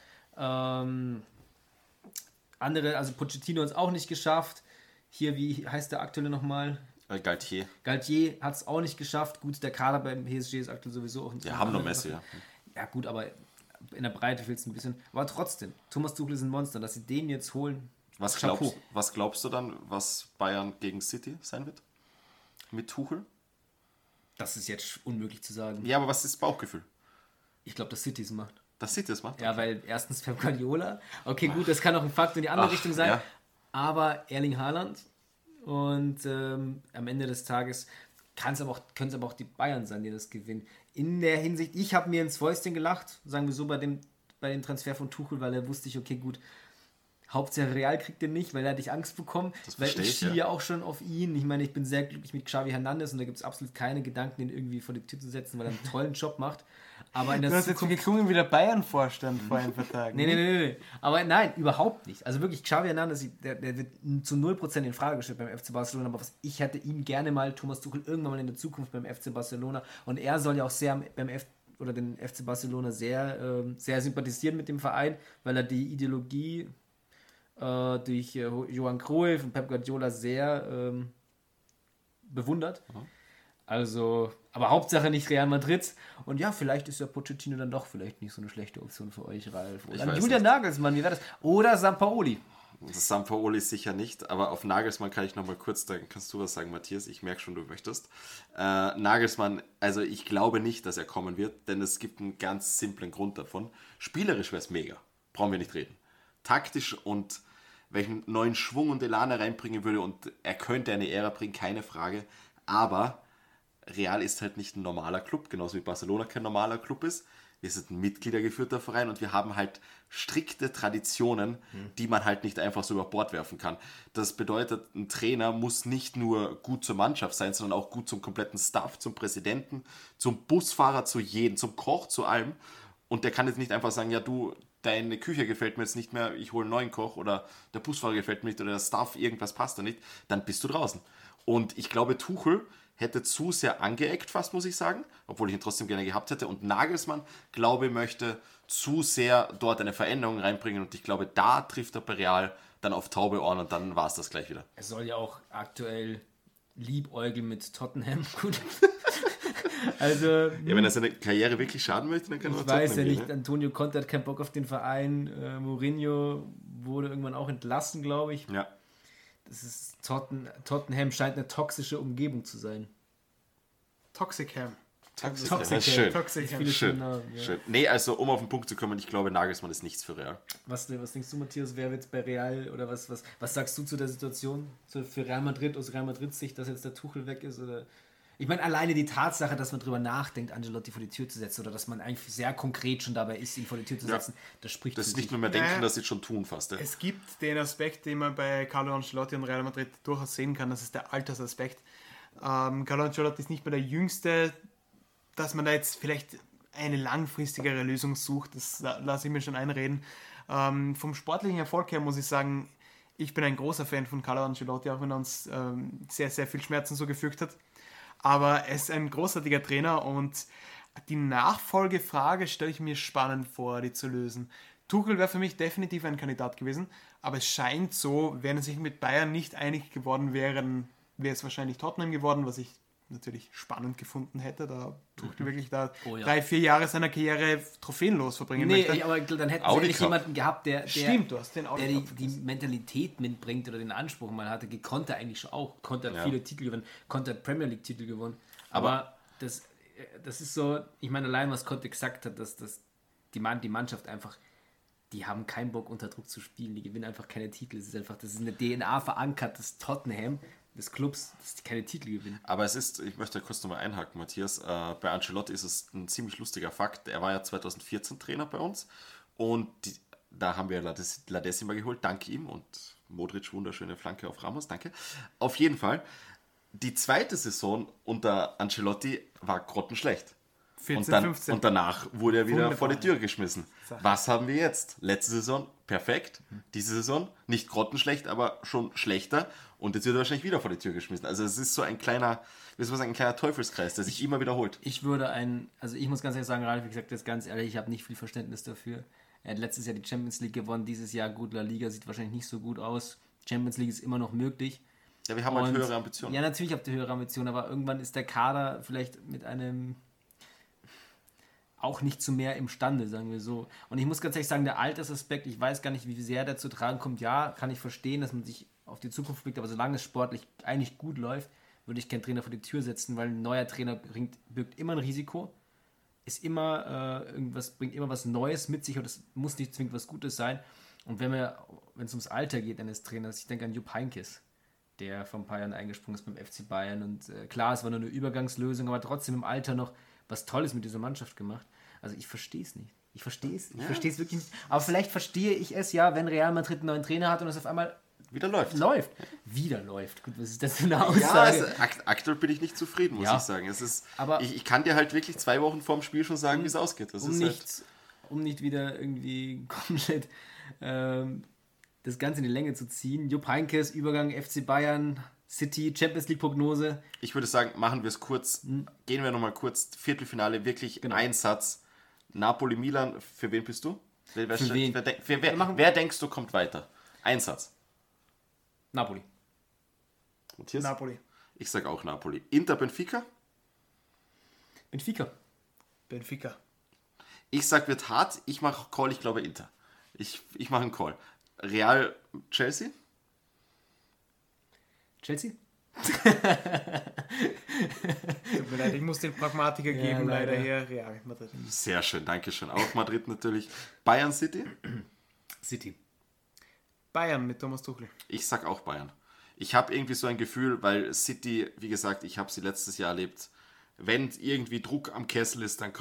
Ähm, andere, also Pochettino hat es auch nicht geschafft. Hier, wie heißt der aktuelle nochmal? Äh, Galtier. Galtier hat es auch nicht geschafft. Gut, der Kader beim P S G ist aktuell sowieso auch ein Wir haben nur Messi, ja. Ja gut, aber in der Breite fehlt es ein bisschen. Aber trotzdem, Thomas Tuchel ist ein Monster. Dass sie den jetzt holen, Was Chapeau. glaubst, was glaubst du dann, was Bayern gegen City sein wird? Mit Tuchel? das ist jetzt unmöglich zu sagen. Ja, aber was ist Bauchgefühl? Ich glaube, dass City es macht. Das City es macht? Ja, weil erstens Pep Guardiola. Okay, gut, das kann auch ein Faktor in die andere Ach, Richtung sein. ja. Aber Erling Haaland und ähm, am Ende des Tages kann's aber auch, können es aber auch die Bayern sein, die das gewinnen. In der Hinsicht, ich habe mir ins Fäustchen gelacht, sagen wir so, bei dem, bei dem Transfer von Tuchel, weil er wusste ich, okay, gut, Hauptsache Real kriegt er nicht, weil er hatte ich Angst bekommen. Das Weil verstehe ich ich, schiele ja. ja auch schon auf ihn. Ich meine, ich bin sehr glücklich mit Xavi Hernandez und da gibt es absolut keine Gedanken, ihn irgendwie vor die Tür zu setzen, weil er einen tollen Job macht. Aber in der Du hast jetzt Zukunft... geklungen wie der Bayern-Vorstand vor ein paar Tagen. Nee, nee, nee, nee, nee. Aber nein, überhaupt nicht. Also wirklich, Xavi Hernandez, der, der wird zu null Prozent in Frage gestellt beim F C Barcelona. Aber was, ich hätte ihn gerne mal, Thomas Tuchel, irgendwann mal in der Zukunft beim F C Barcelona. Und er soll ja auch sehr beim F oder den F C Barcelona sehr, ähm, sehr sympathisieren mit dem Verein, weil er die Ideologie äh, durch äh, Johan Cruyff und Pep Guardiola sehr ähm, bewundert. Also, aber Hauptsache nicht Real Madrid. Und ja, vielleicht ist ja Pochettino dann doch vielleicht nicht so eine schlechte Option für euch, Ralf. Ich Oder weiß Julian nicht. Nagelsmann, wie wäre das? Oder Sampaoli. Das Sampaoli sicher nicht, aber auf Nagelsmann kann ich noch mal kurz, da kannst du was sagen, Matthias, ich merke schon, du möchtest. Äh, Nagelsmann, also ich glaube nicht, dass er kommen wird, denn es gibt einen ganz simplen Grund davon. Spielerisch wäre es mega, brauchen wir nicht reden. Taktisch und welchen neuen Schwung und Elan er reinbringen würde und er könnte eine Ära bringen, keine Frage, aber Real ist halt nicht ein normaler Club, genauso wie Barcelona kein normaler Club ist. wir sind ein mitgliedergeführter Verein und wir haben halt strikte Traditionen, die man halt nicht einfach so über Bord werfen kann. Das bedeutet, ein Trainer muss nicht nur gut zur Mannschaft sein, sondern auch gut zum kompletten Staff, zum Präsidenten, zum Busfahrer, zu jedem, zum Koch, zu allem. Und der kann jetzt nicht einfach sagen, ja du, deine Küche gefällt mir jetzt nicht mehr, ich hole einen neuen Koch oder der Busfahrer gefällt mir nicht oder der Staff, irgendwas passt da nicht, dann bist du draußen. Und ich glaube, Tuchel hätte zu sehr angeeckt fast, muss ich sagen, obwohl ich ihn trotzdem gerne gehabt hätte. Und Nagelsmann, glaube ich, möchte zu sehr dort eine Veränderung reinbringen. Und ich glaube, da trifft er bei Real dann auf taube Ohren und dann war es das gleich wieder. Er soll ja auch aktuell liebäugeln mit Tottenham. Gut. Also, ja, wenn er seine Karriere wirklich schaden möchte, dann kann er ich weiß ja gehen, nicht, ne? Antonio Conte hat keinen Bock auf den Verein. Äh, Mourinho wurde irgendwann auch entlassen, glaube ich. Ja. Das ist Totten, Tottenham scheint eine toxische Umgebung zu sein. Toxicham. Toxic. Toxic, Ja, schön. Toxicham. Viele Schön. schöne Namen, ja. Schön. Nee, also um auf den Punkt zu kommen, ich glaube, Nagelsmann ist nichts für Real. Was, was denkst du, Matthias, wer wird bei Real oder was, was, was sagst du zu der Situation? So für Real Madrid, aus Real Madrids Sicht, dass jetzt der Tuchel weg ist? Oder? Ich meine, alleine die Tatsache, dass man drüber nachdenkt, Ancelotti vor die Tür zu setzen oder dass man eigentlich sehr konkret schon dabei ist, ihn vor die Tür zu Ja. setzen, das spricht Das für ist nicht sich. nur mehr denken, Naja. das ist schon tun fast. Ja. Es gibt den Aspekt, den man bei Carlo Ancelotti und Real Madrid durchaus sehen kann, das ist der Altersaspekt. Ähm, Carlo Ancelotti ist nicht mehr der Jüngste, dass man da jetzt vielleicht eine langfristigere Lösung sucht, das la- lasse ich mir schon einreden. Ähm, vom sportlichen Erfolg her muss ich sagen, ich bin ein großer Fan von Carlo Ancelotti, auch wenn er uns ähm, sehr, sehr viel Schmerzen zugefügt hat. Aber er ist ein großartiger Trainer und die Nachfolgefrage stelle ich mir spannend vor, die zu lösen. Tuchel wäre für mich definitiv ein Kandidat gewesen, aber es scheint so, wenn er sich mit Bayern nicht einig geworden wären, wäre es wahrscheinlich Tottenham geworden, was ich natürlich spannend gefunden hätte, da Tuchel wirklich da Oh ja. drei, vier Jahre seiner Karriere trophäenlos verbringen Nee, möchte. aber dann hätten sie Audi endlich Cup. jemanden gehabt, der, der, Stimmt, du hast den Audi der die, Cup die Mentalität mitbringt oder den Anspruch mal hatte. Konnte eigentlich schon auch. Konnte hat Ja. viele Titel gewinnen. Konnte hat Premier League Titel gewonnen. Aber, Aber- das, äh, das ist so, ich meine, allein was Conte gesagt hat, dass, dass die, Mann, die Mannschaft einfach, die haben keinen Bock unter Druck zu spielen. Die gewinnen einfach keine Titel. Es ist einfach, das ist eine D N A verankert, das Tottenham, des Clubs, dass die keine Titel gewinnen. Aber es ist, ich möchte kurz nochmal einhaken, Matthias, äh, bei Ancelotti ist es ein ziemlich lustiger Fakt. Er war ja zwanzig vierzehn Trainer bei uns und die, da haben wir La Des- La Decima geholt, danke ihm und Modric, wunderschöne Flanke auf Ramos, danke. Auf jeden Fall, die zweite Saison unter Ancelotti war grottenschlecht. vierzehn, Und, dann, fünfzehn. und danach wurde er wieder Wunderbar. vor die Tür geschmissen. Sache. Was haben wir jetzt? Letzte Saison perfekt, diese Saison nicht grottenschlecht, aber schon schlechter und jetzt wird er wahrscheinlich wieder vor die Tür geschmissen. Also es ist so ein kleiner, wie soll man sagen, ein kleiner Teufelskreis, der sich immer wiederholt. Ich würde ein, also ich muss ganz ehrlich sagen, Ralf, wie gesagt, das ganz ehrlich, ich habe nicht viel Verständnis dafür. Er hat letztes Jahr die Champions League gewonnen, dieses Jahr gut, La Liga sieht wahrscheinlich nicht so gut aus. Champions League ist immer noch möglich. Ja, wir haben halt Und- höhere Ambitionen. Ja, natürlich habt ihr höhere Ambitionen, aber irgendwann ist der Kader vielleicht mit einem auch nicht zu mehr imstande, sagen wir so. Und ich muss ganz ehrlich sagen, der Altersaspekt, ich weiß gar nicht, wie sehr der zu tragen kommt. Ja, kann ich verstehen, dass man sich auf die Zukunft blickt, aber solange es sportlich eigentlich gut läuft, würde ich keinen Trainer vor die Tür setzen, weil ein neuer Trainer bringt, birgt immer ein Risiko, ist immer äh, irgendwas, bringt immer was Neues mit sich und es muss nicht zwingend was Gutes sein. Und wenn wir, wenn es ums Alter geht eines Trainers, ich denke an Jupp Heynckes, der vor ein paar Jahren eingesprungen ist beim F C Bayern und äh, klar, es war nur eine Übergangslösung, aber trotzdem im Alter noch was Tolles mit dieser Mannschaft gemacht. Also ich verstehe es nicht. Ich verstehe es. Ich Ja. verstehe es wirklich nicht. Aber vielleicht verstehe ich es ja, wenn Real Madrid einen neuen Trainer hat und es auf einmal Wieder läuft. läuft. Wieder läuft. Gut, was ist das für eine Ja, Aussage? also, akt aktuell bin ich nicht zufrieden, muss Ja. ich sagen. Es ist, Aber- ich, ich kann dir halt wirklich zwei Wochen vorm Spiel schon sagen, wie es ausgeht. Das um ist nicht, um nicht wieder irgendwie komplett ähm, das Ganze in die Länge zu ziehen. Jupp Heynckes, Übergang F C Bayern, City, Champions League Prognose. halt, ich würde sagen, machen wir es kurz. Gehen wir nochmal kurz. Viertelfinale, wirklich Genau. ein Satz. Napoli-Milan, für wen bist du? Wer, wer, Für wen? Wer, denk- wer, wer, Wir machen- wer denkst du kommt weiter? Ein Satz. Napoli. Matthias? Napoli. Ich sage auch Napoli. Inter, Benfica? Benfica. Benfica. Ich sag wird hart. Ich mache Call, ich glaube Inter. Ich, ich mache einen Call. Real, Chelsea? Chelsea? Tut mir leid, ich muss den Pragmatiker geben, leider leider. hier. Real Madrid. Sehr schön, danke schön. Auch Madrid natürlich. Bayern City? City. Bayern mit Thomas Tuchel. Ich sag auch Bayern. Ich habe irgendwie so ein Gefühl, weil City, wie gesagt, ich habe sie letztes Jahr erlebt, wenn irgendwie Druck am Kessel ist, dann kommt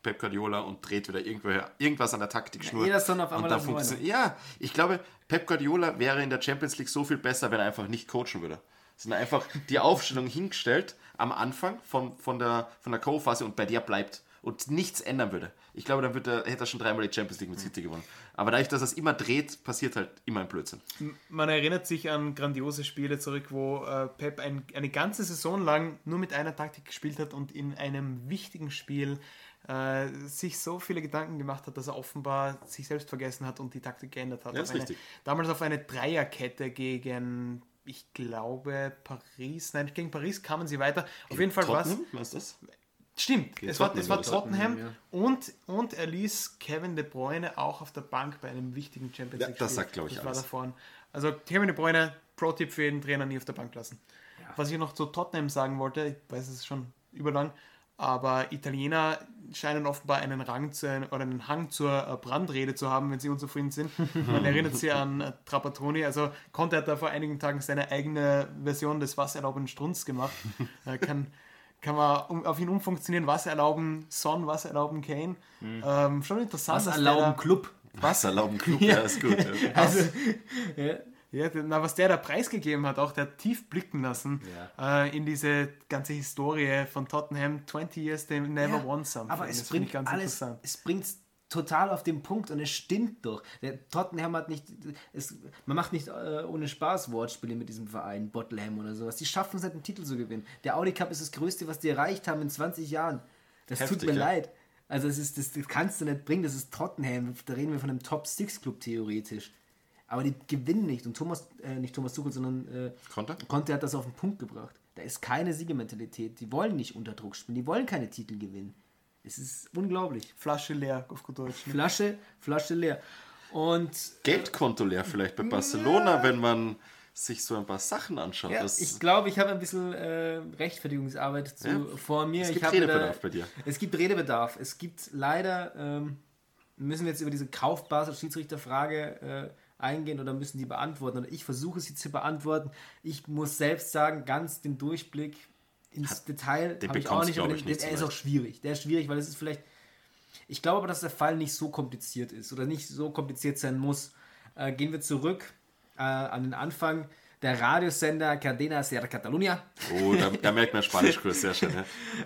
Pep Guardiola und dreht wieder irgendwoher, irgendwas an der Taktikschnur. Ja, Ederson auf und einmal dann auf funktioniert. Ja, ich glaube, Pep Guardiola wäre in der Champions League so viel besser, wenn er einfach nicht coachen würde. Sondern einfach die Aufstellung hingestellt am Anfang von, von der, von der K O-Phase und bei der bleibt und nichts ändern würde. Ich glaube, dann wird er, hätte er schon dreimal die Champions League mit City gewonnen. Aber dadurch, dass er es immer dreht, passiert halt immer ein Blödsinn. Man erinnert sich an grandiose Spiele zurück, wo äh, Pep ein, eine ganze Saison lang nur mit einer Taktik gespielt hat und in einem wichtigen Spiel äh, sich so viele Gedanken gemacht hat, dass er offenbar sich selbst vergessen hat und die Taktik geändert hat. Ja, ist Auf eine, richtig. damals auf eine Dreierkette gegen, ich glaube, Paris. Nein, gegen Paris kamen sie weiter. Auf jeden Fall war es... Tottenham, was ist das? Stimmt, Gegen es war, Tottenham es war war das. Tottenham, Tottenham, und, und er ließ Kevin De Bruyne auch auf der Bank bei einem wichtigen Champions Ja, League das Spiel. sagt, glaube ich, Das war alles. da vorne. Also Kevin De Bruyne, Pro-Tipp für jeden Trainer, nie auf der Bank lassen. Ja. Was ich noch zu Tottenham sagen wollte, ich weiß, es ist schon überlang, aber Italiener scheinen offenbar einen Rang zu, oder einen Hang zur äh, Brandrede zu haben, wenn sie unzufrieden sind. Man erinnert sich an äh, Trapattoni, also Conte hat da vor einigen Tagen seine eigene Version des Was erlauben Strunz gemacht. Äh, kann, kann man um, auf ihn umfunktionieren, was erlauben Son, was erlauben Kane. Ähm, schon interessant. Was dass erlauben der da, Club? Was erlauben Club? Ja, ist gut. Ja. Also, ja. Ja, na, was der da preisgegeben hat, auch der hat tief blicken lassen äh, in diese ganze Historie von Tottenham. twenty years they never Ja, won something. aber es Das finde bringt ich ganz alles, interessant. es bringt total auf den Punkt und es stimmt doch. Der Tottenham hat nicht, es, man macht nicht äh, ohne Spaß Wortspiele mit diesem Verein, Bottleham oder sowas. Die schaffen es nicht, einen Titel zu gewinnen. Der Audi Cup ist das Größte, was die erreicht haben in zwanzig Jahren. Das Heftig, tut mir ja. leid. Also es ist, das, das kannst du nicht bringen, das ist Tottenham. Da reden wir von einem Top six Club theoretisch. Aber die gewinnen nicht. Und Thomas, äh, nicht Thomas Tuchel, sondern äh, Conte? Conte hat das auf den Punkt gebracht. Da ist keine Siegermentalität. Die wollen nicht unter Druck spielen. Die wollen keine Titel gewinnen. Es ist unglaublich. Flasche leer, auf gut Deutsch. Ne? Flasche, Flasche leer. Und Geldkonto leer vielleicht bei Barcelona, wenn man sich so ein paar Sachen anschaut. ja, das, ich glaube, ich habe ein bisschen äh, Rechtfertigungsarbeit zu, Ja, vor mir. es ich gibt habe Redebedarf da, bei dir. Es gibt Redebedarf. Es gibt leider, ähm, müssen wir jetzt über diese Kaufbasis-Schiedsrichterfrage äh, eingehen oder müssen die beantworten. Oder ich versuche sie zu beantworten. Ich muss selbst sagen, ganz den Durchblick ins Hat- Detail den habe ich auch bekommst, nicht. glaub Aber ich, den, nicht der so ist auch leicht. schwierig. Der ist schwierig, weil es ist vielleicht... Ich glaube aber, dass der Fall nicht so kompliziert ist oder nicht so kompliziert sein muss. Äh, gehen wir zurück äh, an den Anfang. Der Radiosender Cadena Ser Catalunya oh, da, da merkt man Spanischkurs, sehr schön. Ja.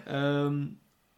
ähm,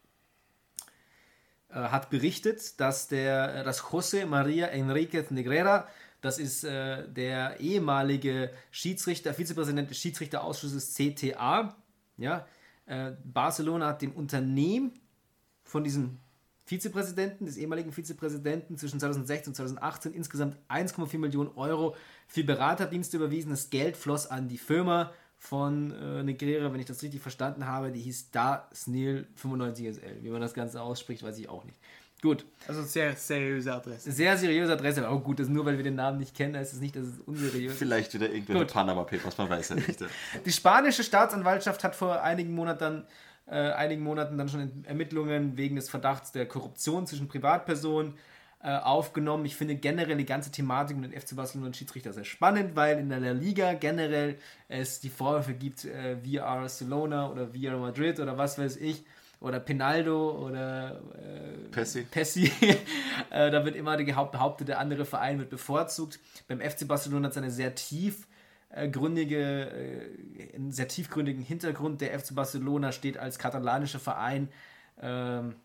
äh, hat berichtet, dass der äh, dass José María Enríquez Negrera, das ist äh, der ehemalige Schiedsrichter, Vizepräsident des Schiedsrichterausschusses C T A, ja, äh, Barcelona hat dem Unternehmen von diesem Vizepräsidenten, des ehemaligen Vizepräsidenten zwischen zweitausendsechzehn und zweitausendachtzehn insgesamt eins Komma vier Millionen Euro für Beraterdienste überwiesen. Das Geld floss an die Firma von äh, Negrera, wenn ich das richtig verstanden habe, die hieß Da Snil fünfundneunzig S L. Wie man das Ganze ausspricht, weiß ich auch nicht. Gut, Also sehr seriöse Adresse. sehr seriöse Adresse, aber auch gut, das nur weil wir den Namen nicht kennen, heißt es nicht, dass es unseriös ist. Vielleicht wieder irgendwelche Gut. Panama Papers, man weiß ja nicht. Ja. Die spanische Staatsanwaltschaft hat vor einigen Monaten, äh, einigen Monaten dann schon Ermittlungen wegen des Verdachts der Korruption zwischen Privatpersonen äh, aufgenommen. Ich finde generell die ganze Thematik mit den F C Barcelona und Schiedsrichter sehr spannend, weil in der La Liga generell es die Vorwürfe gibt, äh, via Barcelona oder via Madrid oder was weiß ich, oder Pinaldo oder äh, Pessi. Pessi. äh, da wird immer behauptet, der andere Verein wird bevorzugt. Beim F C Barcelona hat es eine sehr tief äh, gründige, äh, einen sehr tiefgründigen Hintergrund. Der F C Barcelona steht als katalanischer Verein ähm,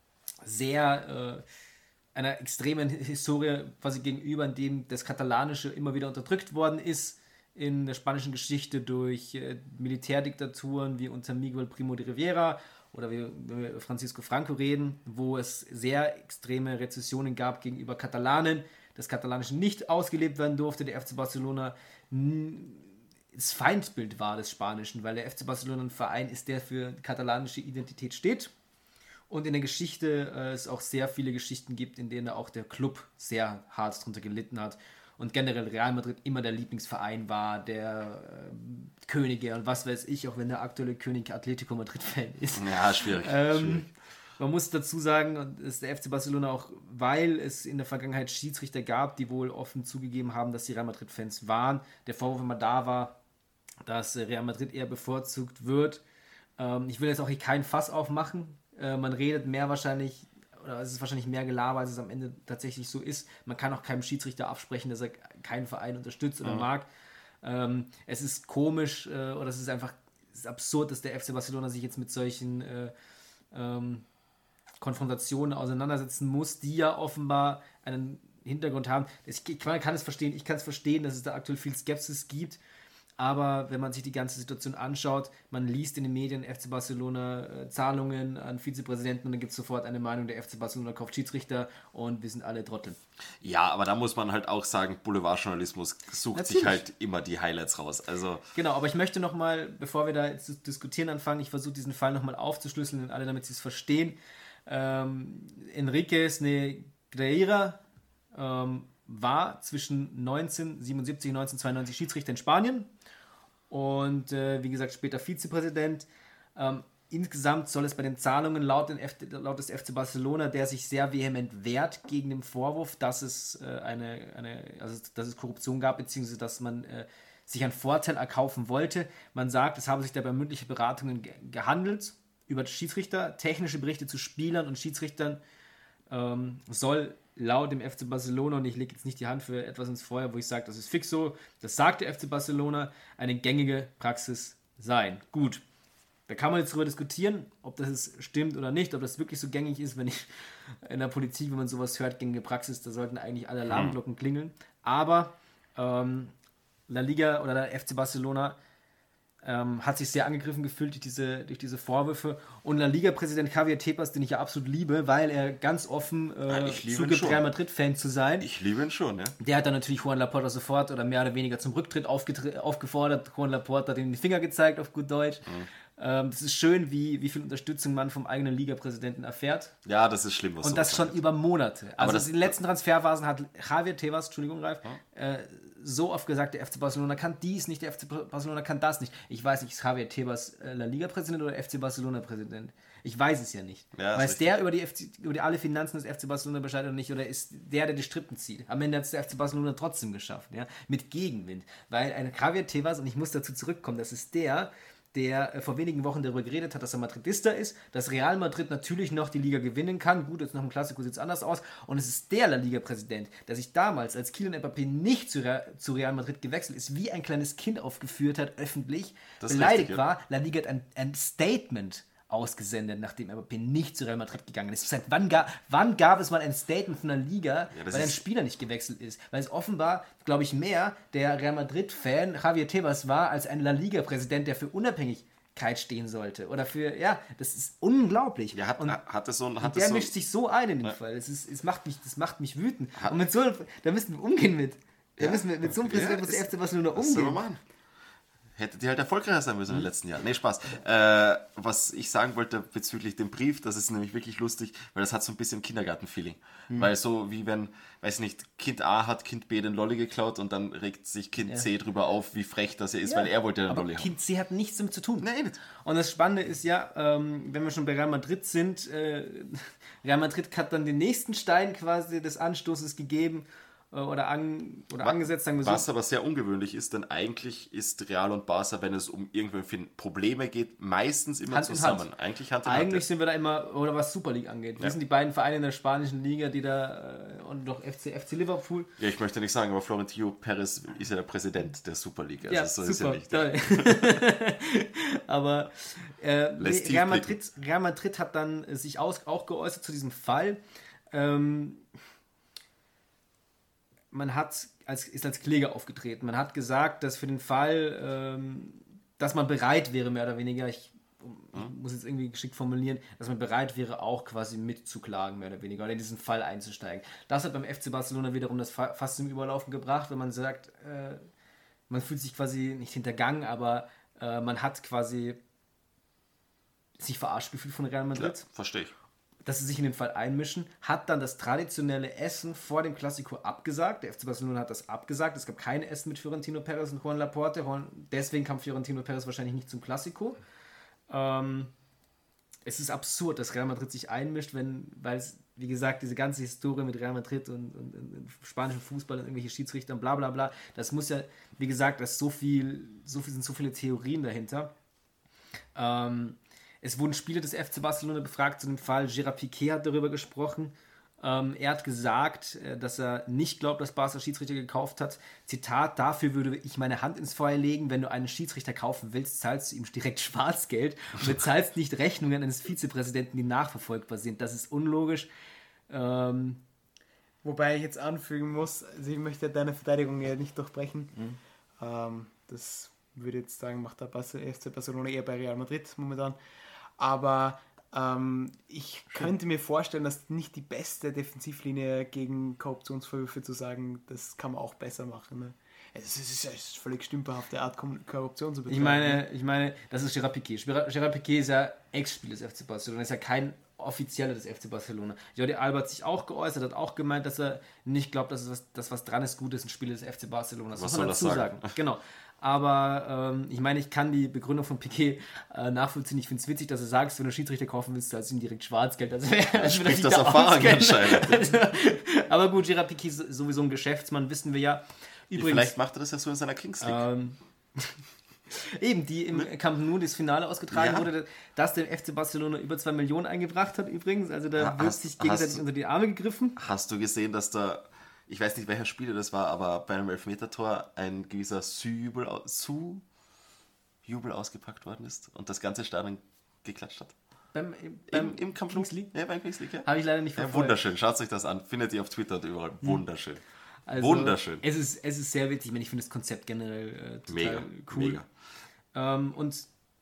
sehr äh, einer extremen Historie quasi gegenüber, in dem das Katalanische immer wieder unterdrückt worden ist in der spanischen Geschichte durch äh, Militärdiktaturen wie unter Miguel Primo de Rivera oder wie, wenn wir über Francisco Franco reden, wo es sehr extreme Rezessionen gab gegenüber Katalanen, das Katalanische nicht ausgelebt werden durfte, der F C Barcelona n- das Feindbild war des Spanischen, weil der F C Barcelona ein Verein ist, der für katalanische Identität steht. Und in der Geschichte äh, es auch sehr viele Geschichten gibt, in denen auch der Club sehr hart darunter gelitten hat. Und generell Real Madrid immer der Lieblingsverein war, der äh, Könige und was weiß ich, auch wenn der aktuelle König Atletico Madrid-Fan ist. Ja, schwierig. Ähm, schwierig. Man muss dazu sagen, dass der F C Barcelona auch, weil es in der Vergangenheit Schiedsrichter gab, die wohl offen zugegeben haben, dass sie Real Madrid-Fans waren, der Vorwurf immer da war, dass Real Madrid eher bevorzugt wird. Ähm, ich will jetzt auch hier kein Fass aufmachen. Äh, man redet mehr wahrscheinlich, oder es ist wahrscheinlich mehr Gelaber, als es am Ende tatsächlich so ist. Man kann auch keinem Schiedsrichter absprechen, dass er keinen Verein unterstützt oder mhm. mag. Ähm, es ist komisch äh, oder es ist einfach es ist absurd, dass der F C Barcelona sich jetzt mit solchen äh, ähm, Konfrontationen auseinandersetzen muss, die ja offenbar einen Hintergrund haben. Ich, man kann es verstehen, ich kann es verstehen, dass es da aktuell viel Skepsis gibt, aber wenn man sich die ganze Situation anschaut, man liest in den Medien F C Barcelona äh, Zahlungen an Vizepräsidenten und dann gibt es sofort eine Meinung, der F C Barcelona kauft Schiedsrichter und wir sind alle Trottel. Ja, aber da muss man halt auch sagen, Boulevardjournalismus sucht Natürlich. sich halt immer die Highlights raus. Also genau, aber ich möchte nochmal, bevor wir da jetzt zu diskutieren anfangen, ich versuche diesen Fall nochmal aufzuschlüsseln und alle, damit sie es verstehen. Ähm, Enriquez Negreira ähm, war zwischen neunzehnhundertsiebenundsiebzig und neunzehnhundertzweiundneunzig Schiedsrichter in Spanien und äh, wie gesagt später Vizepräsident. Ähm, insgesamt soll es bei den Zahlungen laut, den F- laut des F C Barcelona, der sich sehr vehement wehrt gegen den Vorwurf, dass es, äh, eine, eine, also, dass es Korruption gab, beziehungsweise dass man äh, sich einen Vorteil erkaufen wollte. Man sagt, es habe sich dabei mündliche Beratungen ge- gehandelt über Schiedsrichter, technische Berichte zu Spielern und Schiedsrichtern ähm, soll laut dem F C Barcelona, und ich lege jetzt nicht die Hand für etwas ins Feuer, wo ich sage, das ist fix so, das sagt der F C Barcelona, eine gängige Praxis sein. Gut, da kann man jetzt darüber diskutieren, ob das stimmt oder nicht, ob das wirklich so gängig ist, wenn ich in der Politik, wenn man sowas hört, gängige Praxis, da sollten eigentlich alle Alarmglocken klingeln. Aber ähm, La Liga oder der F C Barcelona Ähm, hat sich sehr angegriffen gefühlt durch diese, durch diese Vorwürfe. Und La Liga-Präsident Javier Tebas, den ich ja absolut liebe, weil er ganz offen äh, zugibt, Real Madrid-Fan zu sein. Ich liebe ihn schon, ja. Der hat dann natürlich Juan Laporta sofort oder mehr oder weniger zum Rücktritt aufgetr- aufgefordert. Juan Laporta hat ihm den Finger gezeigt, auf gut Deutsch. Mhm. Ähm, das ist schön, wie, wie viel Unterstützung man vom eigenen Liga-Präsidenten erfährt. Ja, das ist schlimm, was Und das schon über Monate. Also Aber das, in den letzten Transferphasen hat Javier Tebas, Entschuldigung, Ralf, hm? äh, so oft gesagt, der F C Barcelona kann dies nicht, der F C Barcelona kann das nicht. Ich weiß nicht, ist Javier Tebas äh, La Liga-Präsident oder F C Barcelona-Präsident? Ich weiß es ja nicht. Ja, weiß der über die, F C, über die alle Finanzen des F C Barcelona Bescheid oder nicht? Oder ist der, der die Strippen zieht? Am Ende hat es der F C Barcelona trotzdem geschafft, ja? Mit Gegenwind. Weil ein Javier Tebas, und ich muss dazu zurückkommen, das ist der, der äh, vor wenigen Wochen darüber geredet hat, dass er Madridista ist, dass Real Madrid natürlich noch die Liga gewinnen kann. Gut, jetzt nach dem Klassiko sieht es anders aus. Und es ist der La Liga-Präsident, der sich damals, als Kylian Mbappé nicht zu, Re- zu Real Madrid gewechselt ist, wie ein kleines Kind aufgeführt hat, öffentlich, das beleidigt richtig, ja. war. La Liga hat ein, ein Statement ausgesendet, nachdem Mbappé nicht zu Real Madrid gegangen ist. Seit wann, ga, wann gab es mal ein Statement von der Liga, ja, weil ein Spieler nicht gewechselt ist? Weil es offenbar, glaube ich, mehr der Real Madrid-Fan Javier Tebas war, als ein La Liga-Präsident, der für Unabhängigkeit stehen sollte. Oder für, ja, das ist unglaublich. Ja, hat, und, hat das so ein, hat und der das so mischt sich so ein in den ja. Fall. Es, ist, es, macht mich, das macht mich wütend. Hat, und mit so, da müssen wir umgehen mit. Da ja, müssen wir mit so einem Präsidenten ja, muss der F C Barcelona umgehen. Was soll man machen? Hättet ihr halt erfolgreicher sein müssen in den letzten Jahren. Nee, Spaß. Äh, was ich sagen wollte bezüglich dem Brief, das ist nämlich wirklich lustig, weil das hat so ein bisschen Kindergarten-Feeling. Mhm. Weil so wie wenn, weiß nicht, Kind A hat Kind B den Lolli geklaut und dann regt sich Kind ja. C drüber auf, wie frech das er ist, ja. weil er wollte den Aber Lolli haben. Kind C hat nichts damit zu tun. Nein, nicht. Und das Spannende ist ja, ähm, wenn wir schon bei Real Madrid sind, äh, Real Madrid hat dann den nächsten Stein quasi des Anstoßes gegeben, oder, an, oder was, angesetzt, sagen wir so. Was aber sehr ungewöhnlich ist, denn eigentlich ist Real und Barca, wenn es um irgendwelche Probleme geht, meistens immer Hand zusammen. Hand. Eigentlich Hand in Eigentlich Hand. sind wir da immer, oder was Super League angeht. Wir ja. sind die beiden Vereine in der spanischen Liga, die da, und noch F C, F C Liverpool. Ja, ich möchte nicht sagen, aber Florentino Perez ist ja der Präsident der Super League. Also ja, so super, ist ja nicht. aber äh, Real, Madrid, Real Madrid hat dann sich aus, auch geäußert zu diesem Fall. Ähm, Man hat als, ist als Kläger aufgetreten. Man hat gesagt, dass für den Fall, ähm, dass man bereit wäre, mehr oder weniger, ich, ich muss jetzt irgendwie geschickt formulieren, dass man bereit wäre, auch quasi mitzuklagen, mehr oder weniger, oder in diesen Fall einzusteigen. Das hat beim F C Barcelona wiederum das fast zum Überlaufen gebracht, wenn man sagt, äh, man fühlt sich quasi nicht hintergangen, aber äh, man hat quasi sich verarscht gefühlt von Real Madrid. Ja, verstehe ich. Dass sie sich in den Fall einmischen, hat dann das traditionelle Essen vor dem Klassiko abgesagt. Der F C Barcelona hat das abgesagt. Es gab kein Essen mit Florentino Perez und Juan Laporte. Deswegen kam Florentino Perez wahrscheinlich nicht zum Klassiko. Ähm, es ist absurd, dass Real Madrid sich einmischt, wenn, weil es, wie gesagt, diese ganze Historie mit Real Madrid und, und, und spanischen Fußball und irgendwelche Schiedsrichter und bla bla bla, das muss ja, wie gesagt, das so viel, so viel sind so viele Theorien dahinter. Ähm, es wurden Spieler des F C Barcelona befragt zu dem Fall. Gerard Piqué hat darüber gesprochen. Ähm, er hat gesagt, äh, dass er nicht glaubt, dass Barca Schiedsrichter gekauft hat. Zitat, dafür würde ich meine Hand ins Feuer legen. Wenn du einen Schiedsrichter kaufen willst, zahlst du ihm direkt Schwarzgeld und bezahlst nicht Rechnungen eines Vizepräsidenten, die nachverfolgbar sind. Das ist unlogisch. Ähm, Wobei ich jetzt anfügen muss, also ich möchte deine Verteidigung ja nicht durchbrechen. Mhm. Ähm, das würde ich jetzt sagen, macht der F C Barcelona eher bei Real Madrid momentan. Aber ähm, ich könnte mir vorstellen, dass nicht die beste Defensivlinie gegen Korruptionsvorwürfe zu sagen, das kann man auch besser machen. Ne? Es ist, es ist völlig stümperhafte Art, Korruption zu betreiben. Ich meine, ich meine, das ist Gerard Piqué. Gerard Piqué ist ja Ex-Spieler des F C Barcelona, ist ja kein Offizieller des F C Barcelona. Jordi Alba hat sich auch geäußert, hat auch gemeint, dass er nicht glaubt, dass was, dass was dran ist, gut ist, ein Spieler des F C Barcelona. Das was muss man dazu sagen? sagen. Genau. Aber ähm, ich meine, ich kann die Begründung von Piqué äh, nachvollziehen. Ich finde es witzig, dass du sagst, wenn du Schiedsrichter kaufen willst, zahlst du ihm direkt Schwarzgeld. Also, also spricht das Erfahrung anscheinend. Also, aber gut, Gerard Piqué ist sowieso ein Geschäftsmann, wissen wir ja. Übrigens, vielleicht macht er das ja so in seiner Kings League. Ähm, eben, die im Camp Nou das Finale ausgetragen ja. wurde, das dem F C Barcelona über zwei Millionen eingebracht hat übrigens. Also da ha, wird sich gegenseitig hast, unter die Arme gegriffen. Hast du gesehen, dass da, ich weiß nicht, welcher Spieler das war, aber bei einem Elfmetertor ein gewisser Su-Jubel Su ausgepackt worden ist und das ganze Stadion geklatscht hat? Beim, beim Im, im Camp Nou? Ja, beim Kings League, ja. Habe ich leider nicht verfolgt. Ja, wunderschön, schaut euch das an. Findet ihr auf Twitter und überall. Hm. Wunderschön. Also, Wunderschön. Es ist, es ist sehr witzig, ich finde das Konzept generell äh, total mega, cool. Mega. Ähm, und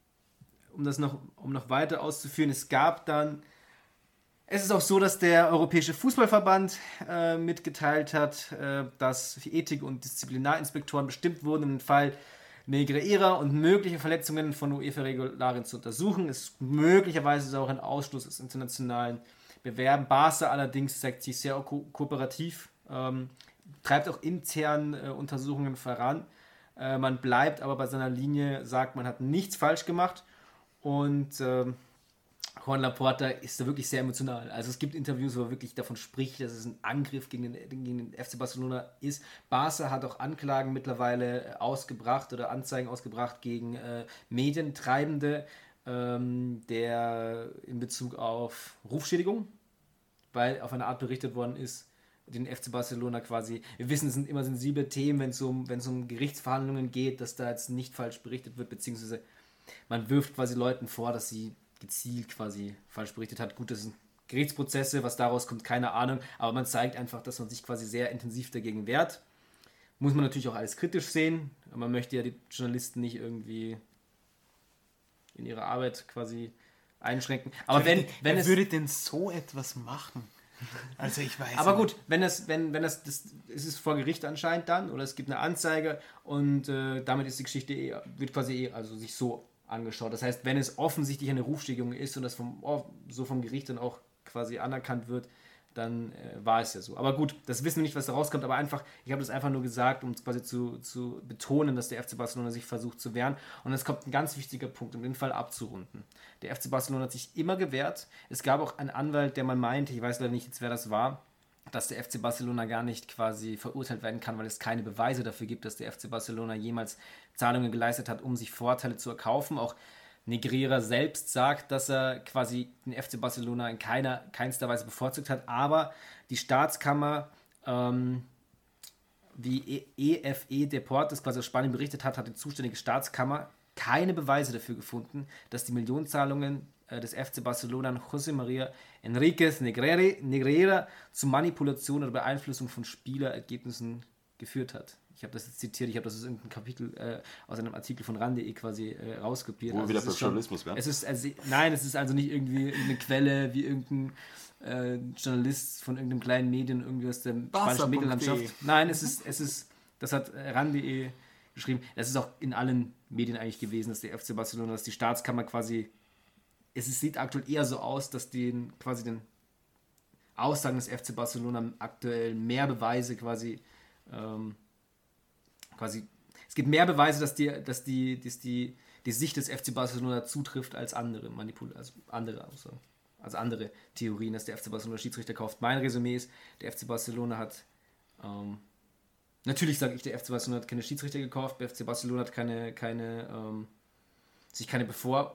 um das noch, um noch weiter auszuführen, es gab dann, es ist auch so, dass der Europäische Fußballverband äh, mitgeteilt hat, äh, dass Ethik- und Disziplinarinspektoren bestimmt wurden, um den Fall Negreira und mögliche Verletzungen von UEFA-Regularien zu untersuchen. Es ist möglicherweise auch ein Ausschluss des internationalen Bewerben. Barca allerdings zeigt sich sehr ko- kooperativ. Ähm, treibt auch intern äh, Untersuchungen voran. Äh, man bleibt aber bei seiner Linie, sagt, man hat nichts falsch gemacht. Und äh, Juan Laporta ist da wirklich sehr emotional. Also es gibt Interviews, wo er wirklich davon spricht, dass es ein Angriff gegen den, gegen den F C Barcelona ist. Barca hat auch Anklagen mittlerweile ausgebracht oder Anzeigen ausgebracht gegen äh, Medientreibende, ähm, der in Bezug auf Rufschädigung, weil auf eine Art berichtet worden ist, den F C Barcelona quasi, wir wissen, es sind immer sensible Themen, wenn es um, wenn es um Gerichtsverhandlungen geht, dass da jetzt nicht falsch berichtet wird, beziehungsweise man wirft quasi Leuten vor, dass sie gezielt quasi falsch berichtet hat. Gut, das sind Gerichtsprozesse, was daraus kommt, keine Ahnung, aber man zeigt einfach, dass man sich quasi sehr intensiv dagegen wehrt. Muss man natürlich auch alles kritisch sehen, man möchte ja die Journalisten nicht irgendwie in ihrer Arbeit quasi einschränken. Aber wenn, wenn Wer es... würde denn so etwas machen? Also ich weiß. Aber gut, wenn das, wenn, wenn das, das, es ist vor Gericht anscheinend dann, oder es gibt eine Anzeige und äh, damit ist die Geschichte eh, wird quasi eh, also sich so angeschaut. Das heißt, wenn es offensichtlich eine Rufschädigung ist und das vom, so vom Gericht dann auch quasi anerkannt wird, dann äh, war es ja so. Aber gut, das wissen wir nicht, was da rauskommt, aber einfach, ich habe das einfach nur gesagt, um quasi zu, zu betonen, dass der F C Barcelona sich versucht zu wehren. Und es kommt ein ganz wichtiger Punkt, um den Fall abzurunden. Der F C Barcelona hat sich immer gewehrt. Es gab auch einen Anwalt, der mal meinte, ich weiß leider nicht jetzt, wer das war, dass der F C Barcelona gar nicht quasi verurteilt werden kann, weil es keine Beweise dafür gibt, dass der F C Barcelona jemals Zahlungen geleistet hat, um sich Vorteile zu erkaufen. Auch Negreira selbst sagt, dass er quasi den F C Barcelona in keiner, keinster Weise bevorzugt hat, aber die Staatskammer, ähm, wie E F E Deportes quasi aus Spanien berichtet hat, hat die zuständige Staatskammer keine Beweise dafür gefunden, dass die Millionenzahlungen äh, des F C Barcelona an José María Enríquez Negreira zu Manipulation oder Beeinflussung von Spielerergebnissen geführt hat. Ich habe das jetzt zitiert, ich habe das aus irgendeinem Kapitel, äh, aus einem Artikel von ran punkt de quasi äh, rauskopiert. Wo also wieder beim Journalismus wäre. Es ist, also, nein, es ist also nicht irgendwie eine Quelle wie irgendein äh, Journalist von irgendeinem kleinen Medien irgendwie aus der spanischen Medienlandschaft. Nein, es ist, es ist, das hat äh, ran punkt de geschrieben. Das ist auch in allen Medien eigentlich gewesen, dass der F C Barcelona, dass die Staatskammer quasi, es ist, sieht aktuell eher so aus, dass den quasi den Aussagen des F C Barcelona aktuell mehr Beweise quasi ähm, quasi, es gibt mehr Beweise, dass die, dass die, dass die, die Sicht des F C Barcelona zutrifft als andere Manipul- also andere Aussagen, also andere Theorien, dass der F C Barcelona Schiedsrichter kauft. Mein Resümee ist, der F C Barcelona hat ähm, natürlich sage ich, der F C Barcelona hat keine Schiedsrichter gekauft, der F C Barcelona hat keine, keine ähm, sich keine Bevor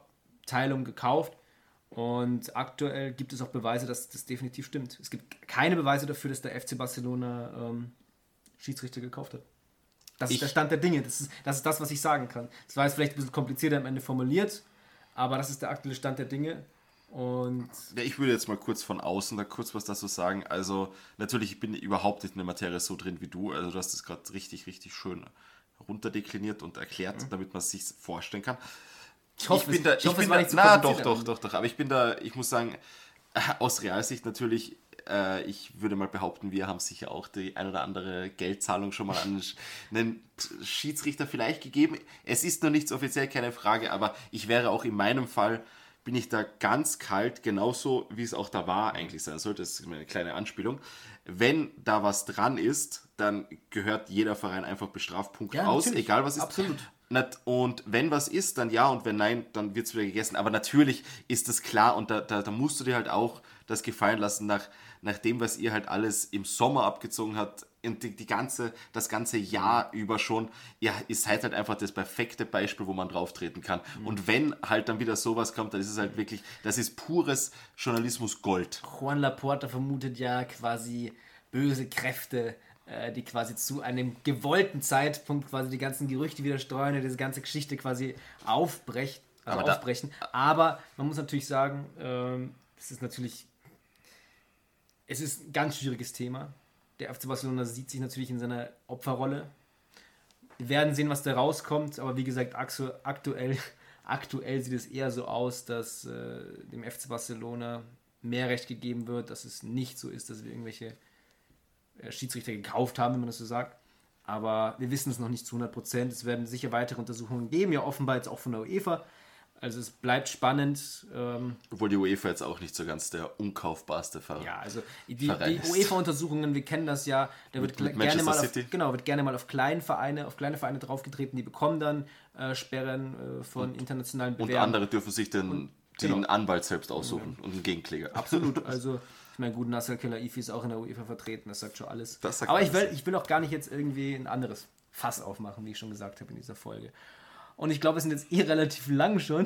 Teilung gekauft. Und aktuell gibt es auch Beweise, dass das definitiv stimmt. Es gibt keine Beweise dafür, dass der F C Barcelona ähm, Schiedsrichter gekauft hat. Das Ich- ist der Stand der Dinge. Das ist, das ist das, was ich sagen kann. Das war jetzt vielleicht ein bisschen komplizierter am Ende formuliert, aber das ist der aktuelle Stand der Dinge. Und Ja, ich würde jetzt mal kurz von außen da kurz was dazu sagen. Also natürlich, ich bin überhaupt nicht in der Materie so drin wie du. Also du hast das gerade richtig, richtig schön runterdekliniert und erklärt, Mhm. damit man es sich vorstellen kann. ich hoffe, ich bin da, es, ich hoffe, ich es bin war da, nicht zu na doch, kompliziert. doch, doch, doch. Aber ich bin da, ich muss sagen, aus Realsicht natürlich, äh, ich würde mal behaupten, wir haben sicher auch die ein oder andere Geldzahlung schon mal an einen Schiedsrichter vielleicht gegeben. Es ist noch nichts offiziell, keine Frage, aber ich wäre auch in meinem Fall, bin ich da ganz kalt, genauso wie es auch da war eigentlich sein sollte. Das ist eine kleine Anspielung. Wenn da was dran ist, dann gehört jeder Verein einfach Bestrafpunkt Ja, aus, natürlich. egal was ist. Absolut. Nat- Und wenn was ist, dann ja, und wenn nein, dann wird es wieder gegessen. Aber natürlich ist das klar und da, da, da musst du dir halt auch das gefallen lassen, nach, nach dem, was ihr halt alles im Sommer abgezogen habt, und die, die ganze, das ganze Jahr über schon. Ja, ihr seid halt einfach das perfekte Beispiel, wo man drauf treten kann. Und wenn halt dann wieder sowas kommt, dann ist es halt wirklich, das ist pures Journalismus Gold. Juan Laporta vermutet ja quasi böse Kräfte, äh, die quasi zu einem gewollten Zeitpunkt quasi die ganzen Gerüchte wieder streuen und diese ganze Geschichte quasi aufbrechen. Also Aber da- aufbrechen. Aber man muss natürlich sagen, ähm, das ist natürlich, es ist ein ganz schwieriges Thema. Der F C Barcelona sieht sich natürlich in seiner Opferrolle. Wir werden sehen, was da rauskommt, aber wie gesagt, aktu- aktuell, aktuell sieht es eher so aus, dass äh, dem F C Barcelona mehr Recht gegeben wird, dass es nicht so ist, dass wir irgendwelche äh, Schiedsrichter gekauft haben, wenn man das so sagt. Aber wir wissen es noch nicht zu hundert Prozent. Es werden sicher weitere Untersuchungen geben, ja offenbar jetzt auch von der UEFA. Also es bleibt spannend. Ähm, Obwohl die UEFA jetzt auch nicht so ganz der unkaufbarste Verein. ja, also die, Verein die ist. UEFA-Untersuchungen, wir kennen das ja, da wird, Mit- mit gl- gerne mal Manchester auf, City. genau, wird gerne mal auf kleine Vereine, auf kleine Vereine draufgetreten, die bekommen dann äh, Sperren äh, von internationalen Und Bewerben. andere dürfen sich den, den genau. Anwalt selbst aussuchen und einen Gegenkläger. Absolut, also ich meine, gut, Nasser Khelaifi ist auch in der UEFA vertreten, das sagt schon alles. Das sagt Aber ich alles. will, ich will auch gar nicht jetzt irgendwie ein anderes Fass aufmachen, wie ich schon gesagt habe in dieser Folge. Und ich glaube, wir sind jetzt eh relativ lang schon.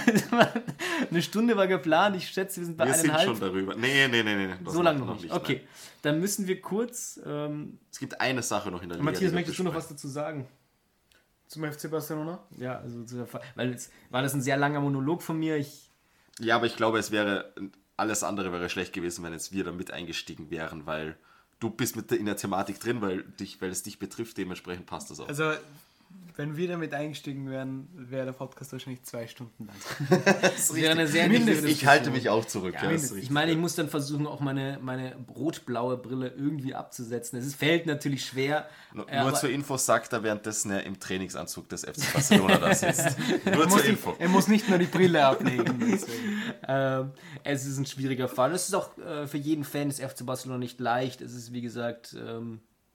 Eine Stunde war geplant, ich schätze, wir sind bei Wir sind eineinhalb. schon darüber. Nee, nee, nee, nee. das So lange noch noch nicht. Okay, nein. dann müssen wir kurz... Ähm, Es gibt eine Sache noch in der Liga. Matthias, die wir möchtest du noch was besprechen. dazu sagen? Zum F C Barcelona? Ja, also zu der Fa- weil jetzt war das ein sehr langer Monolog von mir. Ich, Ja, aber ich glaube, es wäre, alles andere wäre schlecht gewesen, wenn jetzt wir da mit eingestiegen wären, weil du bist mit der, in der Thematik drin, weil, dich, weil es dich betrifft, dementsprechend passt das auch. Also, wenn wir damit eingestiegen wären, wäre der Podcast wahrscheinlich zwei Stunden lang. das wäre eine sehr intensive ich halte mich auch zurück. Ja, das ist mindestens. richtig. Ich meine, ich muss dann versuchen, auch meine, meine rot-blaue Brille irgendwie abzusetzen. Es ist- fällt natürlich schwer. Nur, äh, nur aber zur Info sagt er währenddessen er im Trainingsanzug des F C Barcelona da sitzt. Nur Er muss, zur die, Info. er muss nicht nur die Brille ablegen. Deswegen. ähm, es ist ein schwieriger Fall. Es ist auch äh, für jeden Fan des F C Barcelona nicht leicht. Es ist, wie gesagt, ähm,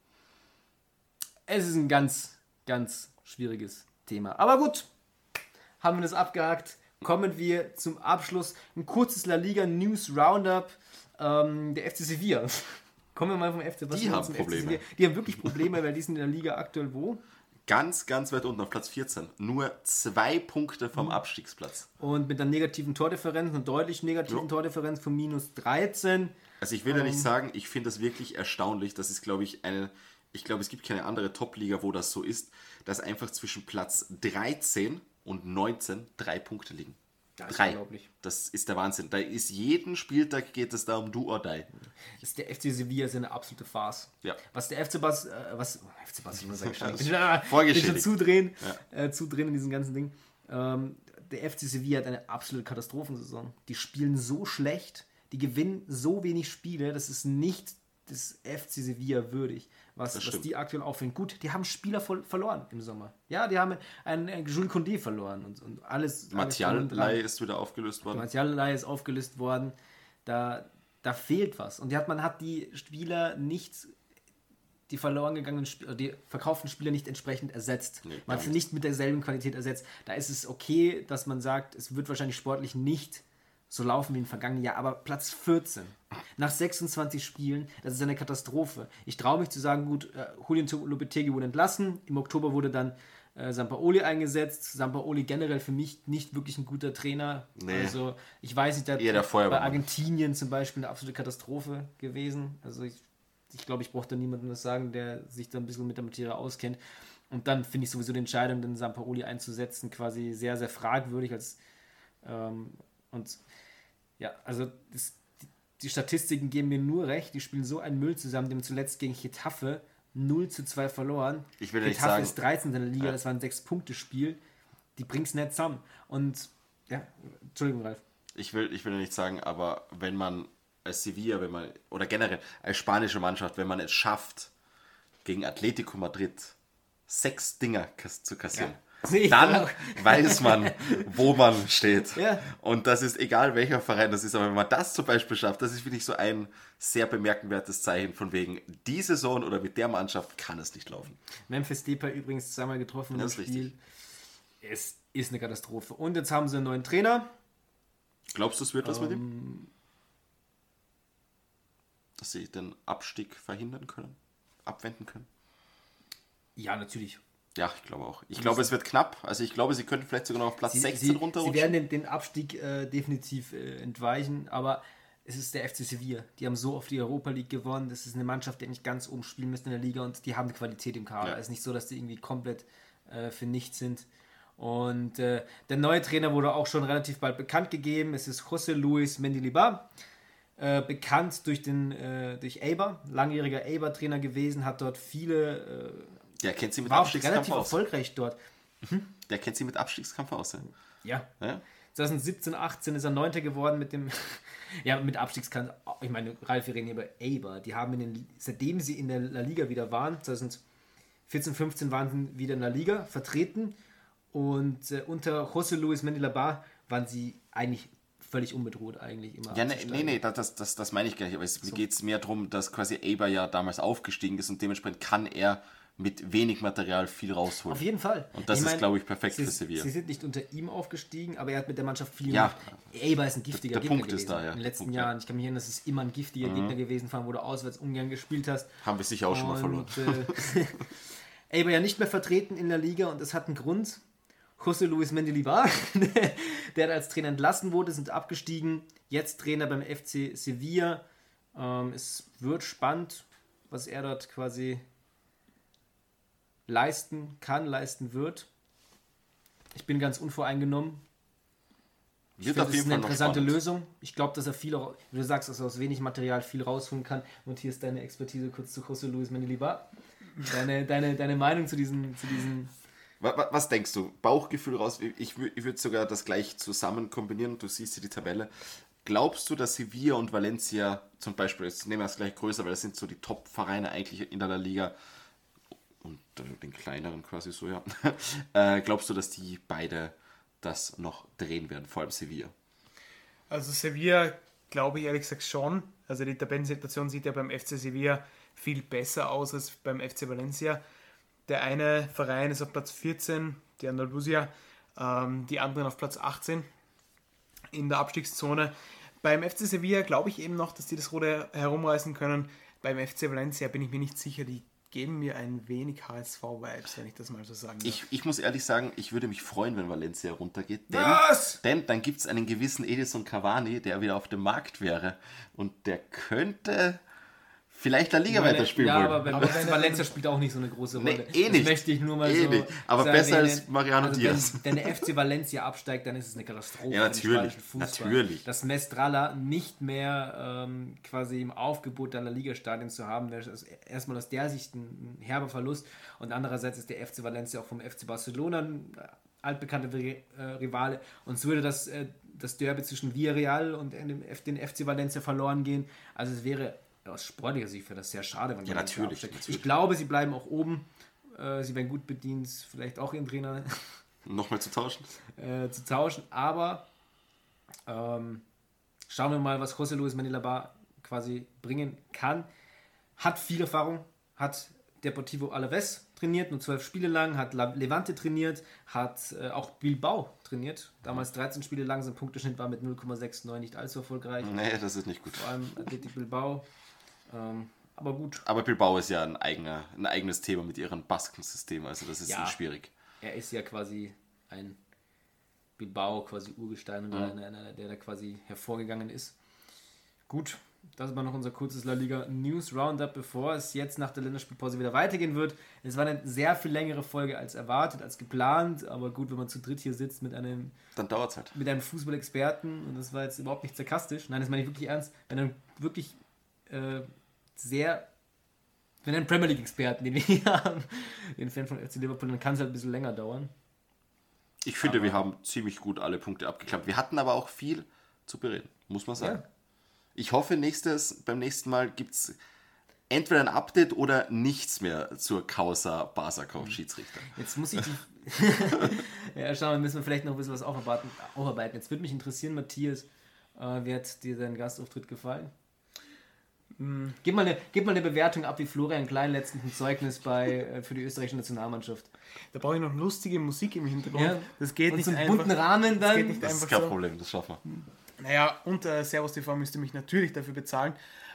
es ist ein ganz, ganz schwieriges Thema. Aber gut, haben wir das abgehakt. Kommen wir zum Abschluss. Ein kurzes La Liga News Roundup. Ähm, der F C Sevilla. Kommen wir mal vom F C Barcelona haben zum F C Probleme. Sevilla. Die haben wirklich Probleme, weil die sind in der Liga aktuell wo? Ganz, ganz weit unten auf Platz vierzehn. Nur zwei Punkte vom Abstiegsplatz. Und mit einer negativen Tordifferenz, einer deutlich negativen Ja. Tordifferenz von minus dreizehn. Also ich will ja nicht sagen, ich finde das wirklich erstaunlich. Das ist, glaube ich, eine... Ich glaube, es gibt keine andere Top-Liga, wo das so ist, dass einfach zwischen Platz dreizehn und neunzehn drei Punkte liegen. Das ist Drei. unglaublich. Das ist der Wahnsinn. Da ist jeden Spieltag geht es da um do or die. Das ist der F C Sevilla ist eine absolute Farce. Ja. Was der F C Bas, äh, was oh, F C Barcelona sag ich schon. Ja, Ich bin schon- vorgeschädigt. bin schon zudrehen, äh, zudrehen in diesem ganzen Ding. Ähm, der F C Sevilla hat eine absolute Katastrophensaison. Die spielen so schlecht, die gewinnen so wenig Spiele, das ist nicht des F C Sevilla würdig, was, Das was stimmt. die aktuell auffinden. Gut, die haben Spieler voll, verloren im Sommer. Ja, die haben einen, einen Jules Condé verloren und, und alles. alles drum und dran. Martial ist wieder aufgelöst worden. Martial ist aufgelöst worden. Da, da fehlt was. Und die hat, man hat die Spieler nicht, die verloren gegangenen, Sp- die verkauften Spieler nicht entsprechend ersetzt. Nee, man gar hat sie nicht. nicht mit derselben Qualität ersetzt. Da ist es okay, dass man sagt, es wird wahrscheinlich sportlich nicht so laufen wie im vergangenen Jahr, aber Platz vierzehn nach sechsundzwanzig Spielen, das ist eine Katastrophe. Ich traue mich zu sagen, gut, äh, Julian Lopetegui wurde entlassen, im Oktober wurde dann äh, Sampaoli eingesetzt. Sampaoli generell für mich nicht wirklich ein guter Trainer. Nee. Also ich weiß nicht, der, Eher der bei Feuerwehrmann. Argentinien zum Beispiel eine absolute Katastrophe gewesen. Also ich ich glaube, ich brauche da niemandem das sagen, der sich da ein bisschen mit der Materie auskennt. Und dann finde ich sowieso die Entscheidung, den Sampaoli einzusetzen, quasi sehr, sehr fragwürdig. Als, ähm, und ja, also das, die, die Statistiken geben mir nur recht. Die spielen so einen Müll zusammen. Die haben zuletzt gegen Getafe null zu zwei verloren. Ich will nicht Getafe sagen- ist dreizehnte in der Liga, Ja. das war ein sechs-Punkte-Spiel. Die bringt es nicht zusammen. Und ja, Entschuldigung, Ralf. Ich will, ich will nicht sagen, aber wenn man als Sevilla, wenn man, oder generell als spanische Mannschaft, wenn man es schafft, gegen Atletico Madrid sechs Dinger kas- zu kassieren, Ja. Sehe ich dann auch. weiß man, wo man steht. Ja. Und das ist egal, welcher Verein das ist, aber wenn man das zum Beispiel schafft, das ist, finde ich, so ein sehr bemerkenswertes Zeichen von wegen, die Saison oder mit der Mannschaft kann es nicht laufen. Memphis Depay übrigens zweimal getroffen im Das ist Spiel. Es ist eine Katastrophe. Und jetzt haben sie einen neuen Trainer. Glaubst du, es wird was mit ihm? Ähm, Dass sie den Abstieg verhindern können? Abwenden können? Ja, natürlich. Ja, ich glaube auch. Ich glaube, es wird knapp. Also ich glaube, sie könnten vielleicht sogar noch auf Platz Sie, sechzehn sie, runterrutschen. sie werden den, den Abstieg äh, definitiv äh, entweichen, aber es ist der F C Sevilla. Die haben so oft die Europa League gewonnen. Das ist eine Mannschaft, die eigentlich ganz oben spielen müsste in der Liga und die haben Qualität im Kader. Ja. Es ist nicht so, dass die irgendwie komplett äh, für nichts sind. Und äh, der neue Trainer wurde auch schon relativ bald bekannt gegeben. Es ist José Luis Mendilibar. Äh, bekannt durch den äh, durch Eibar, langjähriger Eibar-Trainer gewesen, hat dort viele, äh, Der kennt sie mit war auch Abstiegskampf relativ aus. erfolgreich dort. Der kennt sie mit Abstiegskampf aus. Ja. Ja. Ja? zwanzig siebzehn, achtzehn ist er Neunter geworden mit dem, ja, mit Abstiegskampf. Ich meine, Ralf, wir reden hier über Eibar. Die haben in den, seitdem sie in der La Liga wieder waren, zwanzig vierzehn, fünfzehn waren sie wieder in der Liga vertreten und äh, unter José Luis Mendilibar waren sie eigentlich völlig unbedroht eigentlich immer. Ja, nee, abzusteigen. nee, nee, das, das, das meine ich gar nicht. Aber es, mir geht es mehr darum, dass quasi Eibar ja damals aufgestiegen ist und dementsprechend kann er mit wenig Material viel rausholen. Auf jeden Fall. Und das Ich ist, meine, glaube ich, perfekt sie, für Sevilla. Sie sind nicht unter ihm aufgestiegen, aber er hat mit der Mannschaft viel Ja. gemacht. Eibar ist ein giftiger Der Gegner Punkt ist gewesen da, ja. in den Der letzten Punkt, Jahren. Ich kann mich erinnern, das ist immer ein giftiger Gegner gewesen, vor allem wo du auswärts ungern gespielt hast. Haben wir sicher auch schon mal verloren. Und, äh, Eibar ja nicht mehr vertreten in der Liga und das hat einen Grund. José Luis Mendilibar, der als Trainer entlassen wurde, sind abgestiegen. Jetzt Trainer beim F C Sevilla. Ähm, es wird spannend, was er dort quasi leisten kann, leisten wird. Ich bin ganz unvoreingenommen. Ich Wird finde, auf das ist jeden eine Fall noch interessante spannend. Lösung. Ich glaube, dass er viel, ra- wie du sagst, dass er aus wenig Material viel rausholen kann. Und hier ist deine Expertise kurz zu José Luis Mendilibar. Deine, deine, deine Meinung zu diesen, zu diesen Wa- wa- Was denkst du? Bauchgefühl raus? Ich, wü- ich würde sogar das gleich zusammen kombinieren. Du siehst hier die Tabelle. Glaubst du, dass Sevilla und Valencia zum Beispiel, jetzt nehmen wir es gleich größer, weil das sind so die Top-Vereine eigentlich in der La Liga und äh, den kleineren quasi so, ja. äh, glaubst du, dass die beide das noch drehen werden, vor allem Sevilla? Also Sevilla glaube ich ehrlich gesagt schon. Also die Tabellensituation sieht ja beim F C Sevilla viel besser aus als beim F C Valencia. Der eine Verein ist auf Platz vierzehn, die Andalusia, ähm, die anderen auf Platz achtzehn in der Abstiegszone. Beim F C Sevilla glaube ich eben noch, dass die das Ruder herumreißen können. Beim F C Valencia bin ich mir nicht sicher, die geben mir ein wenig H S V-Vibes, wenn ich das mal so sagen darf. Ich, ich muss ehrlich sagen, ich würde mich freuen, wenn Valencia runtergeht. Denn, Was? denn dann gibt es einen gewissen Edison Cavani, der wieder auf dem Markt wäre. Und der könnte vielleicht La Liga weiterspielen ja, wollen. aber, wenn, Aber aber wenn er- Valencia spielt auch nicht so eine große Nee, Rolle. eh Das nicht. möchte ich nur mal Eh so nicht. Aber so besser erwähnen. als Mariano also Diaz. Wenn, wenn der F C Valencia absteigt, dann ist es eine Katastrophe. Ja, für den natürlich. spanischen Fußball. Natürlich. Dass Mestrala nicht mehr ähm, quasi im Aufgebot der La Liga-Stadien zu haben, wäre das erstmal aus der Sicht ein, ein herber Verlust. Und andererseits ist der F C Valencia auch vom F C Barcelona ein äh, altbekannter Ri- äh, Rivale. Und so würde das, äh, das Derby zwischen Villarreal und dem F- den F C Valencia verloren gehen. Also es wäre aus sportlicher Sicht wäre das sehr schade, wenn Ja, Valencia natürlich, absteigt. natürlich. Ich glaube, sie bleiben auch oben. Äh, sie werden gut bedient, vielleicht auch ihren Trainer Nochmal zu tauschen. äh, zu tauschen. Aber ähm, schauen wir mal, was José Luis Mendilibar quasi bringen kann. Hat viel Erfahrung, hat Deportivo Alavés trainiert, nur zwölf Spiele lang, hat La- Levante trainiert, hat äh, auch Bilbao trainiert. Damals dreizehn Spiele lang, sein Punkteschnitt war mit null Komma neunundsechzig nicht allzu erfolgreich. Nee, das ist nicht gut. Vor allem Athletic Bilbao. Ähm, aber gut. Aber Bilbao ist ja ein, eigener, ein eigenes Thema mit ihrem Baskensystem, also das ist Ja. nicht schwierig. er ist ja quasi ein Bilbao, quasi Urgestein, mhm. der, der, der da quasi hervorgegangen ist. Gut, das war noch unser kurzes La Liga News Roundup, bevor es jetzt nach der Länderspielpause wieder weitergehen wird. Es war eine sehr viel längere Folge als erwartet, als geplant, aber gut, wenn man zu dritt hier sitzt mit einem, dann dauert's halt. Mit einem Fußballexperten, und das war jetzt überhaupt nicht sarkastisch, nein, das meine ich wirklich ernst, wenn einem wirklich äh, sehr, wenn einen Premier League Experten, den wir hier haben, den Fan von F C Liverpool, dann kann es halt ein bisschen länger dauern. Ich finde, aber wir haben ziemlich gut alle Punkte abgeklappt. Wir hatten aber auch viel zu bereden, muss man sagen. Ja. Ich hoffe, nächstes, beim nächsten Mal gibt es entweder ein Update oder nichts mehr zur Causa Barca-Schiedsrichter. Jetzt muss ich die... ja, schauen wir, müssen wir vielleicht noch ein bisschen was aufarbeiten. aufarbeiten. Jetzt würde mich interessieren, Matthias, äh, wie hat dir dein Gastauftritt gefallen? Mhm. Gib, mal eine, gib mal eine Bewertung ab, wie Florian Klein letztens ein Zeugnis bei, äh, für die österreichische Nationalmannschaft. Da brauche ich noch lustige Musik im Hintergrund. Ja, das geht und nicht so einen einfach. bunten Rahmen dann. Das geht nicht das einfach ist kein so. Problem, das schaffen wir. Naja, und äh, Servus T V müsste mich natürlich dafür bezahlen,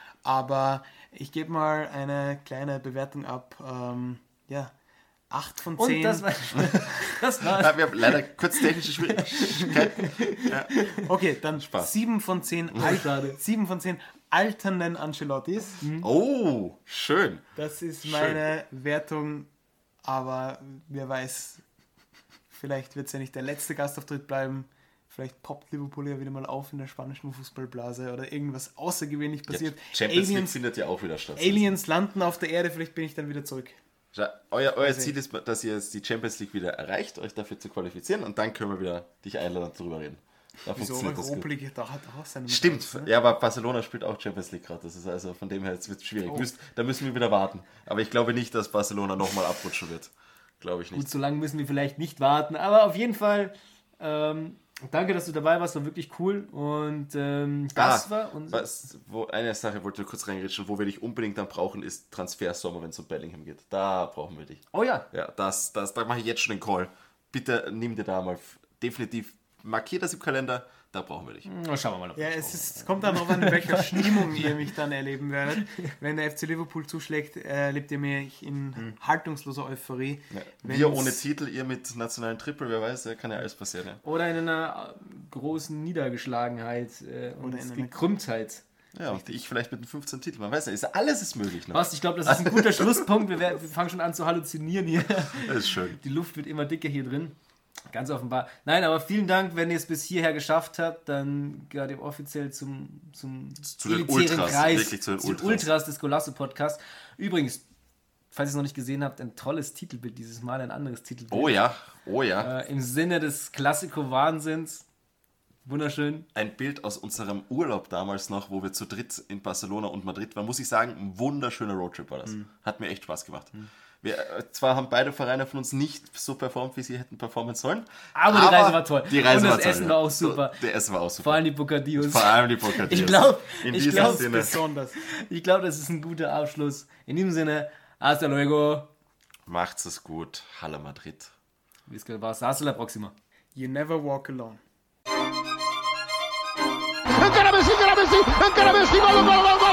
aber ich gebe mal eine kleine Bewertung ab. Ähm, ja, acht von zehn. Und das war... das war ja, wir haben leider kurz technische Schwierigkeiten. Ja. Okay, dann Spaß. sieben von zehn. Al- sieben von zehn alternden Ancelottis. Mhm. Oh, schön. Das ist meine schön. Wertung, aber wer weiß, vielleicht wird es ja nicht der letzte Gastauftritt bleiben. Vielleicht poppt Liverpool ja wieder mal auf in der spanischen Fußballblase oder irgendwas außergewöhnlich passiert. Ja, Champions League findet ja auch wieder statt. Aliens landen auf der Erde, vielleicht bin ich dann wieder zurück. Ja, euer euer Ziel ist, dass ihr jetzt die Champions League wieder erreicht, euch dafür zu qualifizieren und dann können wir wieder dich einladen und drüber reden. Da Wieso Europa League da hat auch seine Stimmt, Mittel, ne? Ja, aber Barcelona spielt auch Champions League gerade. Das ist also von dem her, jetzt wird es schwierig. Oh. Müsst, da müssen wir wieder warten. Aber ich glaube nicht, dass Barcelona nochmal abrutschen wird. Glaube ich nicht. Gut, so lange müssen wir vielleicht nicht warten. Aber auf jeden Fall... Ähm, danke, dass du dabei warst, war wirklich cool. Und ähm, das ah, war unser... Was, wo, eine Sache wollte ich kurz reinrutschen, wo wir dich unbedingt dann brauchen, ist Transfersommer, wenn es um Bellingham geht. Da brauchen wir dich. Oh ja. Ja, das, das, da mache ich jetzt schon den Call. Bitte nimm dir da mal definitiv, markier das im Kalender, da brauchen wir dich. Na, schauen wir mal. Ob ja, es ist, kommt dann noch an, in welcher Stimmung ihr mich dann erleben werdet. Wenn der F C Liverpool zuschlägt, erlebt ihr mich in hm. haltungsloser Euphorie. Ja. Wir ohne Titel, ihr mit nationalen Triple, wer weiß, kann ja alles passieren. Ja. Oder in einer großen Niedergeschlagenheit äh, und in Gekrümmtheit. Ja, und ich vielleicht mit einem fünfzehn Titel, man weiß ja, ist, alles ist möglich. Ne? Was, ich glaube, das ist ein guter Schlusspunkt. Wir, werden, wir fangen schon an zu halluzinieren hier. Das ist schön. Die Luft wird immer dicker hier drin. Ganz offenbar. Nein, aber vielen Dank, wenn ihr es bis hierher geschafft habt, dann gehört ihr offiziell zum, zum zu den Ultras, Kreis, wirklich zu den zu Ultras. Ultras des Golasso Podcasts. Übrigens, falls ihr es noch nicht gesehen habt, ein tolles Titelbild dieses Mal, ein anderes Titelbild. Oh ja, oh ja. Äh, Im Sinne des Klassiko-Wahnsinns. Wunderschön. Ein Bild aus unserem Urlaub damals noch, wo wir zu dritt in Barcelona und Madrid waren, muss ich sagen, ein wunderschöner Roadtrip war das. Mhm. Hat mir echt Spaß gemacht. Mhm. Wir, zwar haben beide Vereine von uns nicht so performt, wie sie hätten performen sollen. Aber, aber die Reise war toll. Die Reise und das war toll, Essen ja. war auch super. Der Essen war auch super. Vor allem die Bocadillos. Vor allem die Bocadillos. Ich glaube, in ich diesem glaub, Sinne. Besonders. Ich glaube, das ist ein guter Abschluss. In diesem Sinne, hasta luego. Macht's es gut. Hala Madrid. Hasta la próxima. You never walk alone. Encara Messi, encara Messi, encara Messi, gol, gol, gol, gol.